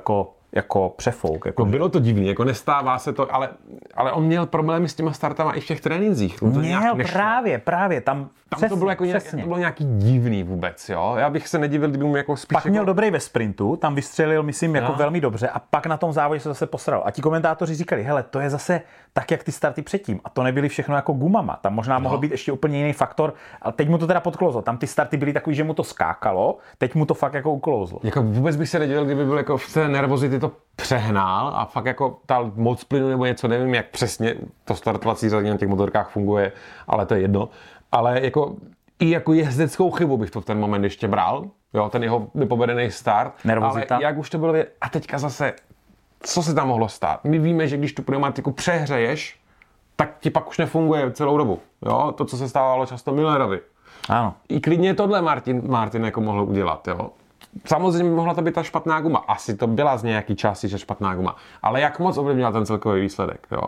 jako přefouk. Jako, no bylo to divný, jako nestává se to, ale, ale on měl problémy s těma startama i v těch trénincích. Měl právě, právě, tam, tam přesně, to bylo jako nějak, to bylo nějaký divný vůbec, jo. Já bych se nedivil, kdyby mu jako spíš pak jako... měl dobrý ve sprintu, tam vystřelil, myslím, jako no. velmi dobře a pak na tom závodě se zase posral. A ti komentátoři říkali, hele, to je zase tak, jak ty starty předtím. A to nebyly všechno jako gumama. Tam možná no. mohl být ještě úplně jiný faktor. A teď mu to teda podklouzlo. Tam ty starty byly takový, že mu to skákalo, teď mu to fakt jako uklouzlo. Jako vůbec bych se nedivil, kdyby byl jako v té nervozity to přehnal a fakt jako ta moc plynu nebo něco, nevím, jak přesně to startovací řadí na těch motorkách funguje, ale to je jedno. Ale jako i jako jezdeckou chybu bych to v ten moment ještě bral, jo, ten jeho nepovedený start. Nervozita. Ale jak už to bylo, a teďka zase, co se tam mohlo stát? My víme, že když tu pneumatiku přehřeješ, tak ti pak už nefunguje celou dobu, jo, to, co se stávalo často Millerovi. Ano. I klidně tohle Martin, Martin jako mohl udělat, jo. Samozřejmě mohla to být ta špatná guma. Asi to byla z nějaký části, že špatná guma. Ale jak moc ovlivnila ten celkový výsledek, jo?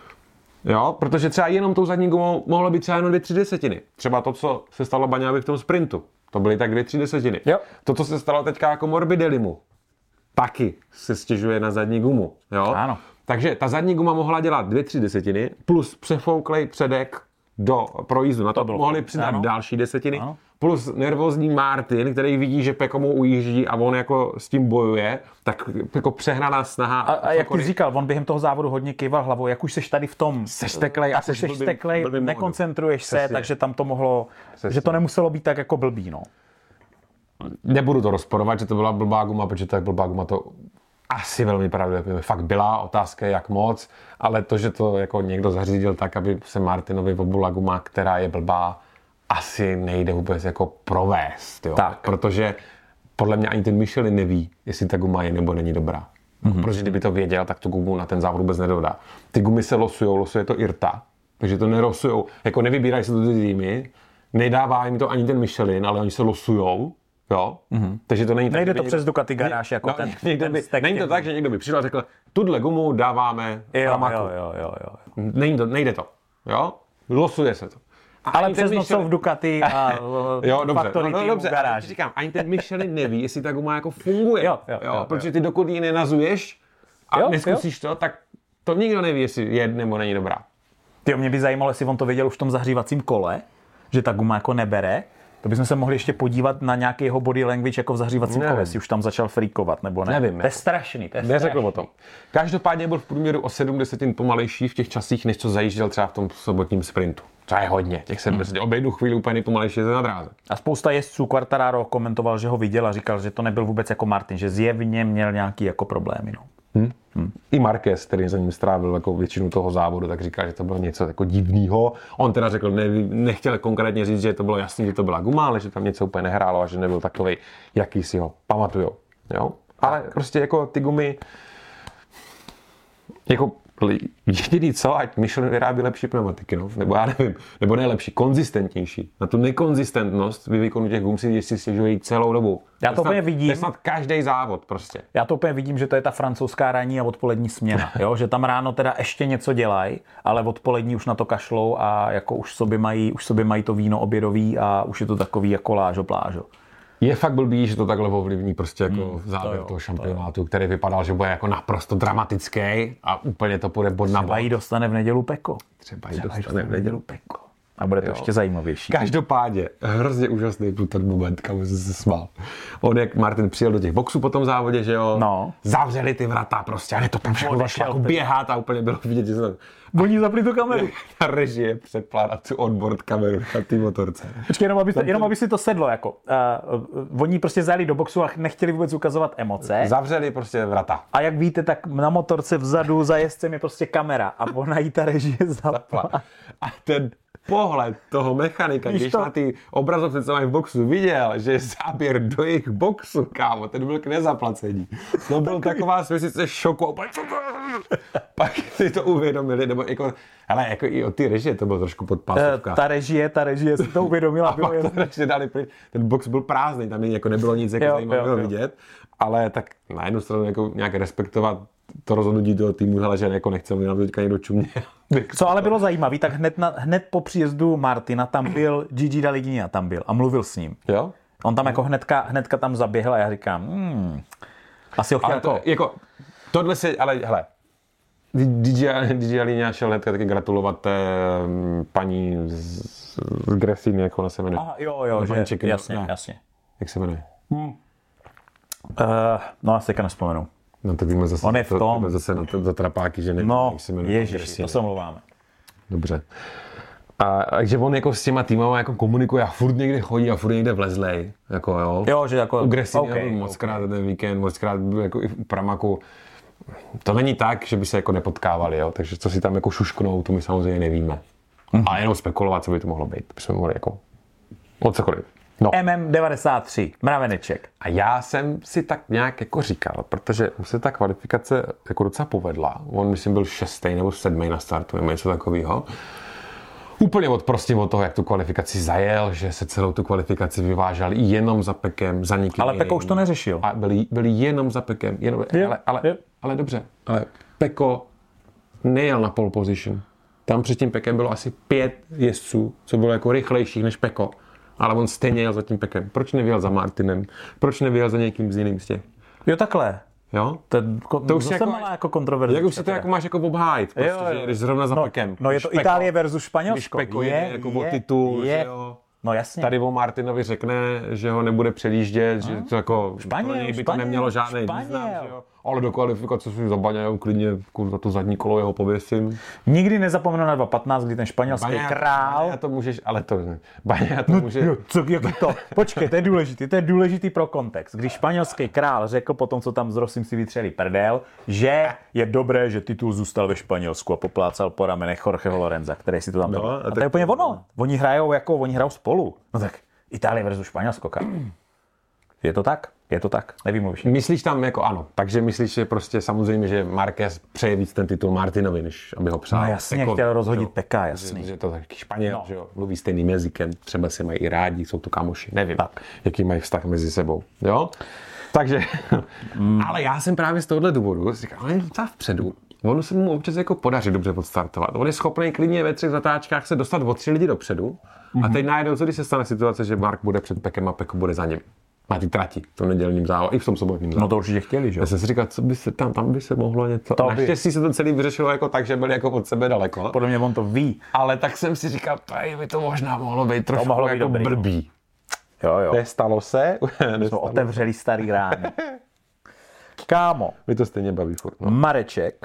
Jo, protože třeba jenom tou zadní gumou mohlo být třeba jenom dvě, tři desetiny. Třeba to, co se stalo Baňovi v tom sprintu. To byly tak dvě, tři desetiny. Jo. To, co se stalo teďka jako Morbidellimu, taky se stěžuje na zadní gumu, jo? Ano. Takže ta zadní guma mohla dělat dvě, tři desetiny plus přefouklej předek do projízdu. Na to, to mohli přidat ano. další desetiny. Ano. Plus nervózní Martin, který vidí, že Peko mu ujíždí a on jako s tím bojuje, tak jako přehnaná snaha. A, a jak ty říkal, on během toho závodu hodně kýval hlavou, jak už seš tady v tom, seš steklej a seš steklej, nekoncentruješ se, Přesně. takže tam to mohlo, Přesně. že to nemuselo být tak jako blbý, no. Nebudu to rozporovat, že to byla blbá guma, protože tak blbá guma to asi velmi pravděpodobně fakt byla, otázka je jak moc, ale to, že to jako někdo zařídil tak, aby se Martinovi obula guma, která je blbá, asi nejde vůbec jako provést, jo? Tak. Protože podle mě ani ten Michelin neví, jestli ta guma je nebo není dobrá. Mm-hmm. Protože kdyby to věděl, tak tu gumu na ten závod vůbec nedodá. Ty gumy se losujou, losuje to Irta, takže to nerosujou, jako nevybírají se to ty týmy, nedává jim to ani ten Michelin, ale oni se losujou. Jo? Mm-hmm. Takže to není tak, nejde to někdo, přes Ducati garáž jako no, ten, někdo ten by, stek. Není to tak, že někdo by přišel a řekl, tuhle gumu dáváme Pramaku. Jo, jo, jo, jo. Není to, nejde to. Jo? Losuje se to. A ale přes noc jsou v Ducati a jo, dobře, faktory no, týmu dobře, v garáži. Říkám, ani ten Michelin neví, jestli ta guma jako funguje. Jo, jo, jo, jo, protože jo. ty dokud ji nenazuješ a jo, neskusíš jo. to, tak to nikdo neví, jestli je nebo není dobrá. Tyjo, mě by zajímalo, jestli on to věděl už v tom zahřívacím kole, že ta guma jako nebere. To bychom se mohli ještě podívat na nějaký jeho body language jako v zahřívacím kole, jestli už tam začal freakovat, nebo ne. Nevím. To je strašný, to je Neřekl strašný. o tom. Každopádně byl v průměru o sedm desetin pomalejší v těch časích, než co zajížděl třeba v tom sobotním sprintu. To je hodně, těch sedm desetin. Obejdu chvíli úplně nejpomalejší na dráze. A spousta jezdců, Quartararo komentoval, že ho viděl a říkal, že to nebyl vůbec jako Martin, že zjevně měl nějaký jako problémy. No. Hmm. Hmm. I Marquez, který za ním strávil jako většinu toho závodu, tak říkal, že to bylo něco jako divného. On teda řekl, ne, nechtěl konkrétně říct, že to bylo jasný, že to byla guma, ale že tam něco úplně nehrálo a že nebyl takovej, jaký si ho pamatujou. Jo? Ale prostě jako ty gumy, jako jediný co, ať Michelin vyrábí lepší pneumatiky, no? Nebo já nevím, nebo nejlepší, konzistentnější. Na tu nekonzistentnost vy výkonu těch gum si si stěžují celou dobu. Já to úplně vidím. To je snad každý závod prostě. Já to úplně vidím, že to je ta francouzská ranní a odpolední směna, jo? Že tam ráno teda ještě něco dělají, ale odpolední už na to kašlou a jako už sobě mají, už sobě mají to víno obědový a už je to takový jako lážo plážo. Je fakt blbý, že to takhle ovlivní prostě jako hmm, závěr to jo, toho šampionátu, to který vypadal, že bude jako naprosto dramatický a úplně to půjde bod na bod. Třeba jí dostane v neděli Peko. Třeba jí dostane v neděli Peko. A bude to jo. ještě zajímavější. Každopádně, hrozně úžasný byl ten moment, kam jsem se smál. On, jak Martin přijel do těch boxů po tom závodě, že jo, no. zavřeli ty vrata prostě, a ne to tam všechno zašlo jako běhat a úplně bylo vidět, že se tam... Oni zapli tu kameru. Ta režie předpládat tu onboard kameru na té motorce. Počkej, jenom aby, to, jenom aby si to sedlo, jako. Uh, oni prostě zajeli do boxu a nechtěli vůbec ukazovat emoce. Zavřeli prostě vrata. A jak víte, tak na motorce vzadu za jezdcem je prostě kamera a ona jí ta režie zapla. A ten pohled toho mechanika, když to... na ty obrazovce, co mají v boxu, viděl, že je záběr do jejich boxu, kámo, ten byl k nezaplacení. To byl taková směsice šoku. Pak si to uvědomili, nebo jako, hele, jako i od ty režie to bylo trošku podpásovka. Ta režie, ta režie si to uvědomila. A pak to radši dali pryč. Ten box byl prázdný, tam jako nebylo nic jako zajímavého vidět, ale tak na jednu stranu jako nějak respektovat to rozhodnutí toho týmu, hele, že jako nechcem, aby nám to teďka někdo čuměl. Co ale bylo zajímavé, tak hned, na, hned po příjezdu Martina tam byl Gigi Dall'Igna tam byl a mluvil s ním. Jo? On tam jako hnedka, hnedka tam zaběhl a já říkám, hmm, asi ho chtěl to, jako... jako Tohle se, ale hele, D J Alíňa šel hnedka taky gratulovat té paní z, z Gresiny, jak ona se jmenuje. Aha, jo, jo, že, Chicken, jasně, no. jasně. Jak se jmenuje? Hmm. Uh, no, asi teďka nespomenu. No tak víme zase, On je v tom. To, zase na to, za trapáky, že nevím, no, jak se jmenuje. Ježiši, to se omlouváme. Dobře. A, takže on jako s těma týmama jako komunikuje a furt někde chodí a furt někde vlezlej. Jako jo. Jo, že jako... U Gresiny okay, byl moc krát okay. ten víkend, moc krát byl jako i v Pramaku. To není tak, že by se jako nepotkávali, jo. Takže co si tam jako šušknou, to my samozřejmě nevíme. Mm-hmm. A jenom spekulovat, co by to mohlo být. Bychom mohli jako o cokoliv. No. M M devadesát tři, mraveneček. A já jsem si tak nějak jako říkal, protože mu se ta kvalifikace jako docela povedla. On myslím byl šestý nebo sedmý na startu, nebo něco takového. Úplně od prostě od toho, jak tu kvalifikaci zajel, že se celou tu kvalifikaci vyvážel jenom za Pekem, za nikým Ale Peko už to neřešil. A byli, byli jenom za Pekem. Jenom, je, ale, ale, je. ale dobře, ale Peko nejel na pole position. Tam před tím Pekem bylo asi pět jezdců, co bylo jako rychlejších než Peko. Ale on stejně jel za tím Pekem. Proč nevyjel za Martinem? Proč nevyjel za někým z jiným z těch? Jo, takhle. Jo? To, to, to už to jako, malá jako kontroverze. Jak už si to jako máš jako obhájit, prostě, jo, jo. Že jdeš zrovna za no, Pekem. No je to Peko, Itálie versus Španělsko. Když Peko je, jde jako je, o titul, je. že jo. No jasně. Tady o Martinovi řekne, že ho nebude předjíždět, že to jako Španěl, pro něj by Španěl, to nemělo žádný Španěl. význam, že jo. Ale do kvalifikace si zabaňají klidně, za to zadní kolo jeho pověsím. Nikdy nezapomenu na dva patnáct, kdy ten španělský Baňa, král... Baňa to můžeš, ale to... Baňa to no, může... Jo, co, jak to? Počkej, to je důležitý, to je důležitý pro kontext. Když španělský král řekl po tom, co tam s Rosim si vytřeli prdel, že je dobré, že titul zůstal ve Španělsku a poplácal po ramenech Jorgeho Lorenza, který si to tam... No, a, a to je úplně ono. Oni hrajou jako, oni hrajou spolu. No tak Itálie versus Španělsko, kámo. Je to tak? Je to tak? Nevymluvíš. Myslíš tam jako ano, takže myslíš, že prostě samozřejmě, že Marquez přeje víc ten titul Martinovi, než aby ho přál. No jasně, Pekovi, chtěl rozhodit že, Peka, jasný. Že, že to taky Španěl, No. že jo, mluví stejným jazykem, třeba se mají i rádi, jsou to kamoši, nevím, Tak. jaký mají vztah mezi sebou, jo. Takže, mm. ale já jsem právě z tohohle důvodu říkal, on je docela vpředu. Ono se mu občas jako podaří dobře odstartovat. On je schopný klidně ve třech zatáčkách se dostat o tři lidi dopředu. Mm-hmm. A teď najednou, co když se stane situace, že Mark bude před Pekem a Peko bude za ním. Na ty trati, v tom nedělním závodu, i v tom sobotním závodu. No to určitě chtěli, že jo? Já jsem si říkal, co by se tam, tam by se mohlo něco... To by. Naštěstí se to celý vyřešilo jako tak, že byli jako od sebe daleko. Podle mě on to ví. Ale tak jsem si říkal, tady by to možná mohlo být trošku mohlo být jako dobrý. blbý. Jo, jo. Nestalo se. Jsme otevřeli starý rány. Kámo, Mě to stejně baví furt. No. Mareček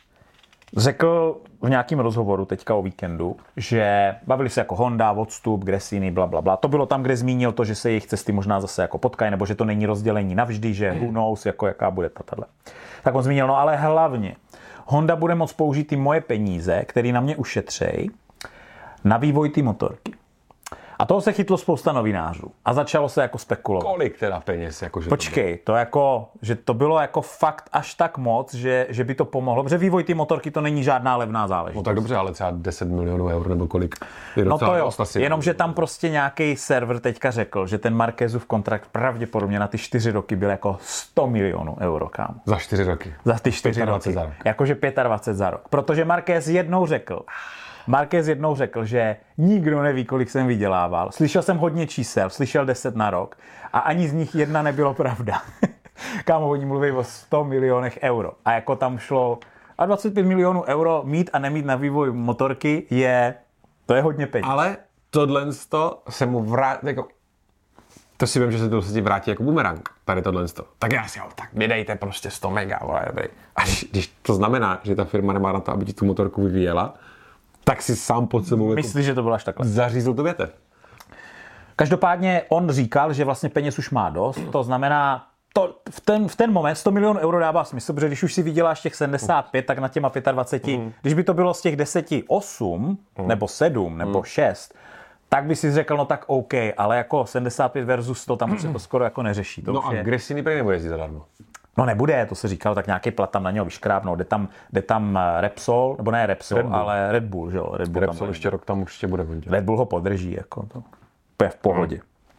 řekl v nějakém rozhovoru teďka o víkendu, že bavili se jako Honda, odstup, Gresiny, bla, bla, bla. To bylo tam, kde zmínil to, že se jejich cesty možná zase jako potkají, nebo že to není rozdělení navždy, že who knows, jako jaká bude tato. Tak on zmínil, no ale hlavně Honda bude moct použít ty moje peníze, které na mě ušetřej, na vývoj ty motorky. A toho se chytlo spousta novinářů a začalo se jako spekulovat. Kolik teda peněz? Jako, že Počkej, to jako, že to bylo jako fakt až tak moc, že, že by to pomohlo, protože vývoj ty motorky to není žádná levná záležitost. No tak dobře, ale třeba deset milionů eur nebo kolik je No to jo, asi. jenomže tam prostě nějaký server teďka řekl, že ten Marquezův kontrakt pravděpodobně na ty čtyři roky byl jako sto milionů euro, kámo. Za čtyři roky. Za ty čtyři roky. Za rok. Jakože dvacet pět za rok. Protože Marquez jednou řekl, Marquez jednou řekl, že nikdo neví, kolik jsem vydělával. Slyšel jsem hodně čísel, slyšel deset na rok a ani z nich jedna nebylo pravda. Kámo, oni mluví o sto milionech euro. A jako tam šlo a dvacet pět milionů euro mít a nemít na vývoj motorky je, to je hodně peněz. Ale tohle se mu vrátí, jako, to si vím, že se to se ti vrátí jako bumerang, tady tohle. Tak já si ho, tak mi dejte prostě sto mega, vole, a když, když to znamená, že ta firma nemá na to, aby ti tu motorku vyvíjela, tak si sám pod sebou Myslíš, jako že to bylo až takhle? zařízl tu větev. Každopádně on říkal, že vlastně peněz už má dost, to znamená, to v, ten, v ten moment sto milionů euro dává smysl, protože když už si vyděláš těch sedmdesát pět, tak na těma dvacet pět, mm. když by to bylo z těch deseti osm, mm. nebo sedm, nebo mm. šest, tak by si řekl, no tak OK, ale jako sedmdesát pět versus sto, tam už se to skoro jako neřeší. To no a je... Gresiny prý nebude jezdit zadarmo. No nebude, to se říkalo, tak nějaký plat tam na něho vyškrábnou. Jde tam, jde tam Repsol, nebo ne Repsol, Red ale Red Bull, že jo? Red Bull Repsol ještě rok tam určitě bude vondět. Red Bull ho podrží, jako to. To je v pohodě.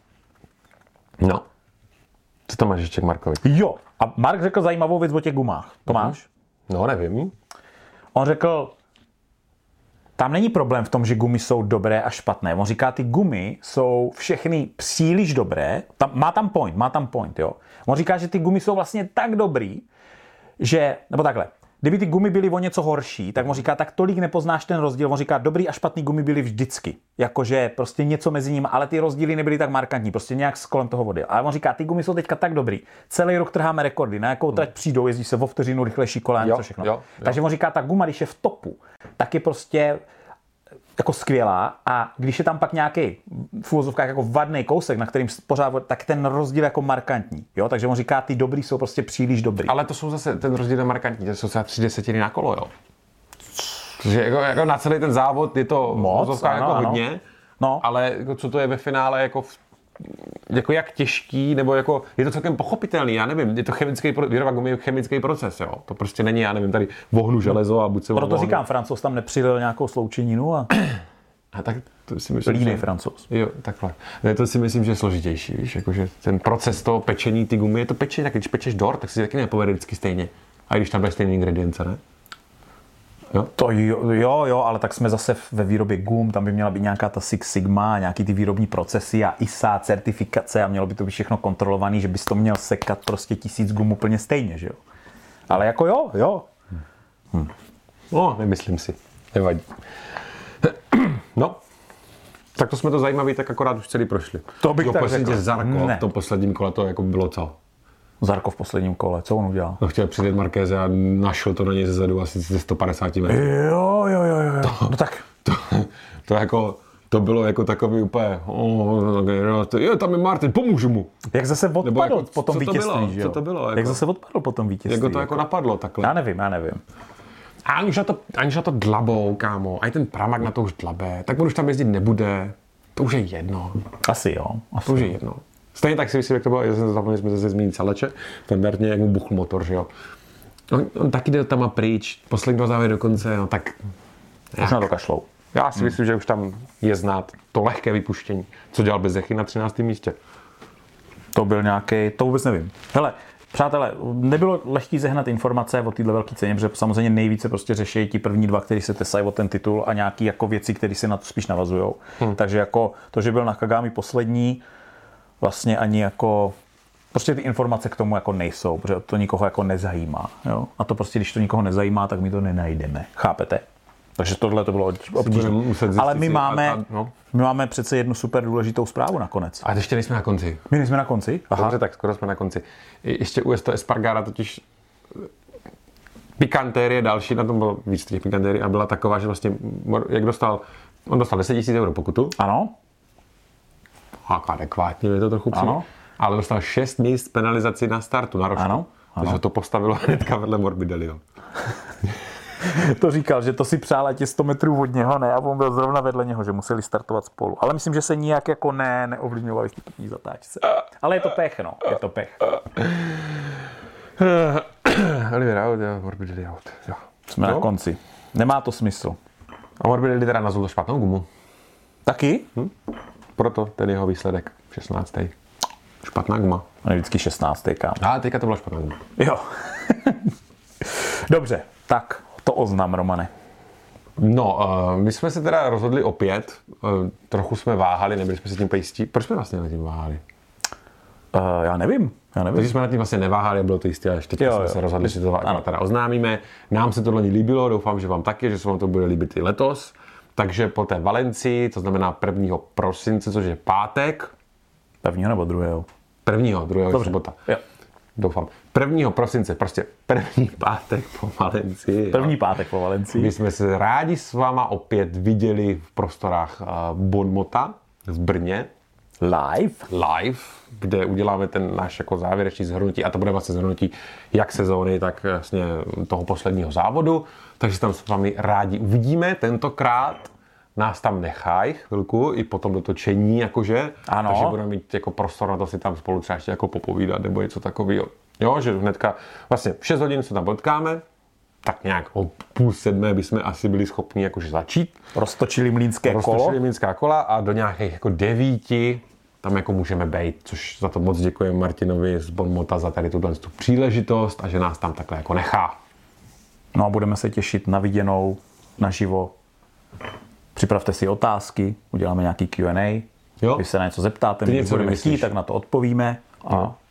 No. Co to máš ještě k Markovi? Jo, a Mark řekl zajímavou věc o těch gumách. To máš? No, nevím. On řekl, tam není problém v tom, že gumy jsou dobré a špatné. On říká, ty gumy jsou všechny příliš dobré. Tam, má tam point, má tam point, jo. On říká, že ty gumy jsou vlastně tak dobrý, že, nebo takhle, kdyby ty gumy byly o něco horší, tak on říká, tak tolik nepoznáš ten rozdíl. On říká, dobrý a špatný gumy byly vždycky. Jakože prostě něco mezi nimi, ale ty rozdíly nebyly tak markantní, prostě nějak kolem toho vody. Ale on říká, ty gumy jsou teďka tak dobrý. Celý rok trháme rekordy, na jakou trať přijdou, jezdí se o vteřinu rychlejší kola, něco všechno. Jo, jo. Takže on říká, ta guma, když je v topu, tak je prostě jako skvělá a když je tam pak nějaký v uvozovkách jako vadný kousek, na kterým pořád, tak ten rozdíl jako markantní. Jo? Takže on říká, ty dobrý jsou prostě příliš dobrý. Ale to jsou zase, ten rozdíl je markantní, to jsou třeba tři desetiny na kolo, jo. Takže jako, jako na celý ten závod je to moc, ano, jako hodně, ano. No. Ale jako, co to je ve finále jako, v, jako jak těžký, nebo jako je to celkem pochopitelný, já nevím, je to chemický, výroba gumy je chemický proces, jo. To prostě není, já nevím, tady vohnu železo a buď se proto vohnu. Říkám, Francouz tam nepřilil nějakou sloučeninu a... A tak to si myslím, línej že... Francouz. Jo, takhle. Ne, to si myslím, že je složitější, víš, jakože ten proces toho pečení ty gumy, je to pečení, tak když pečeš dort, tak si taky nepovede vždycky stejně. A když tam bude stejný ingredience, ne? Jo? To jo, jo, jo, ale tak jsme zase ve výrobě gum, tam by měla být nějaká ta Six Sigma, nějaký ty výrobní procesy a I S A certifikace a mělo by to být všechno kontrolovaný, že bys to měl sekat prostě tisíc gum úplně stejně, že jo? Ale jako jo, jo. Hm. No, nemyslím si. Nevadí. No, tak to jsme to zajímavý, tak akorát už celý prošli. To bych jo, tak řekl. Zarko v tom posledním kole to jako bylo co? Zarko v posledním kole, co on udělal? No, chtěl přijet Markéze a našel to na něj zezadu asi ze sto padesát metrů. Jo, jo, jo, jo. To, no tak. To, to jako, to bylo jako takový úplně, oh, jo, tam je Martin, pomůžu mu. Jak zase odpadl jako, po tom vítězství, že jo? Co to bylo? Jako, jak zase odpadl po tom vítězství? Jak to jako, jako napadlo takhle? Já nevím, já nevím. A aniž na to, aniž na to dlabou, kámo, a i ten Pramak na to už dlabe, tak on už tam jezdit nebude. To už je jedno. Asi jo. Asi. To už je jedno. Stejně tak si myslím, jak to bylo, já jsem zapomněl, jsme zase zmínit Saleče, standardně, jak mu buchl motor, že jo. On, on taky jde tam a pryč, poslední dva závěry dokonce, no tak... Už na to kašlou. Já si hmm. myslím, že už tam je znát to lehké vypuštění, co dělal Bezechy na třináctém místě. To byl nějaký, to vůbec nevím. Hele, přátelé, nebylo lehký zehnat informace o této velké ceně, protože samozřejmě nejvíce prostě řeší ti první dva, kteří se tesají o ten titul a nějaký jako věci, které se na to spíš navazujou. Hmm. Takže jako to, že byl Nakagami poslední, vlastně ani jako prostě ty informace k tomu jako nejsou, protože to nikoho jako nezajímá. Jo? A to prostě, když to nikoho nezajímá, tak my to nenajdeme. Chápete? Takže tohle to bylo obtížné. Ale my máme, a, a, no. my máme přece jednu super důležitou zprávu nakonec. A ještě nejsme na konci. My nejsme na konci? Aha. Dobře, tak skoro jsme na konci. Ještě u Esto Espargara totiž pikantérie další, na tom bylo víc těch pikantérií a byla taková, že vlastně, jak dostal, on dostal deset tisíc euro pokutu. Ano. A adekvátně je to trochu přímo. Ale dostal šest míst penalizaci na startu, na rošku. Ano. Ano. Takže to postavilo hnedka vedle Morbidelliho. To říkal, že to si přál tě sto metrů od něho, ne? A on byl zrovna vedle něho, že museli startovat spolu. Ale myslím, že se nijak jako ne, neovlivňovali v té první zatáčce. Ale je to pech, no. Je to pech. Oliver out, jo, Morbidelli out. Jo. Jsme no? na konci. Nemá to smysl. A Morbidelli teda nazval špatnou gumu. Taky? Hm? Proto ten jeho výsledek, šestnáctý Špatná guma. On je vždycky šestnáctý kámo. A teďka to byla špatná guma. Jo. Dobře, tak to oznam, Romane. No, uh, my jsme se teda rozhodli opět, uh, trochu jsme váhali, nebyli jsme se tím pejistí. Proč jsme vlastně na tím váhali? Uh, já nevím, já nevím. Takže jsme na tím vlastně neváhali, bylo to jistě, až teď jsme jo. se rozhodli, že to teda oznámíme. Nám se tohle líbilo, doufám, že vám taky, že se vám to bude líbit i letos. Takže po té Valencii, to znamená prvního prosince, což je pátek. Prvního nebo druhého? Prvního, druhého je sobota. Jo. Doufám. prvního prosince, prostě první pátek po Valencii. První pátek po Valencii. My jsme se rádi s váma opět viděli v prostorách Bonmota v Brně. Live. Live, kde uděláme ten náš jako závěrečný shrnutí a to bude vlastně shrnutí jak sezóny, tak vlastně toho posledního závodu. Takže tam s vámi rádi uvidíme. Tentokrát nás tam nechají chvilku i potom do točení, jakože. Ano. Takže budeme mít jako prostor na to si tam spolu třeba ještě jako popovídat nebo něco takového. Jo, že hnedka vlastně v šest hodin se tam potkáme, tak nějak o půl sedmé bychom asi byli schopni jakože začít. Roztočili mlýnské kolo. Roztočili mlýnská kola a do nějakých jako devíti tam jako můžeme bejt, což za to moc děkujeme Martinovi z Bonmota za tady tuhle tu příležitost a že nás tam takhle jako nechá. No a budeme se těšit na viděnou, naživo. Připravte si otázky, uděláme nějaký Q and A. Jo. Když se na něco zeptáte, my budeme chtít, tak na to odpovíme. A... No.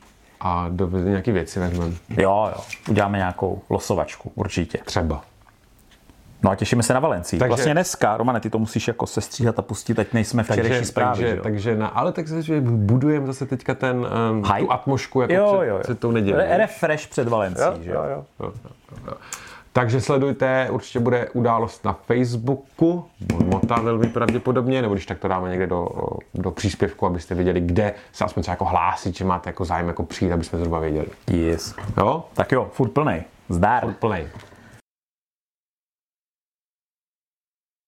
a do nějaký věci vezmeme. Jo, jo, uděláme nějakou losovačku, určitě. Třeba. No a těšíme se na Valencii. Takže, vlastně dneska, Romane, ty to musíš jako sestříhat a pustit, ať nejsme včerejší zprávy. Takže, takže na, ale tak se budujeme zase teďka ten, um, tu atmosféru jako jo, před, jo, jo. před tou nedělí. Refresh před Valencií, jo, že jo? Jo, jo, jo, jo. Takže sledujte, určitě bude událost na Facebooku, Mota velmi pravděpodobně, nebo když tak to dáme někde do, do příspěvku, abyste viděli, kde se aspoň třeba jako hlásit, že máte jako zájem jako přijít, aby jsme zhruba věděli. Yes. Jo? Tak jo, furt plnej. Zdár. Furt plnej.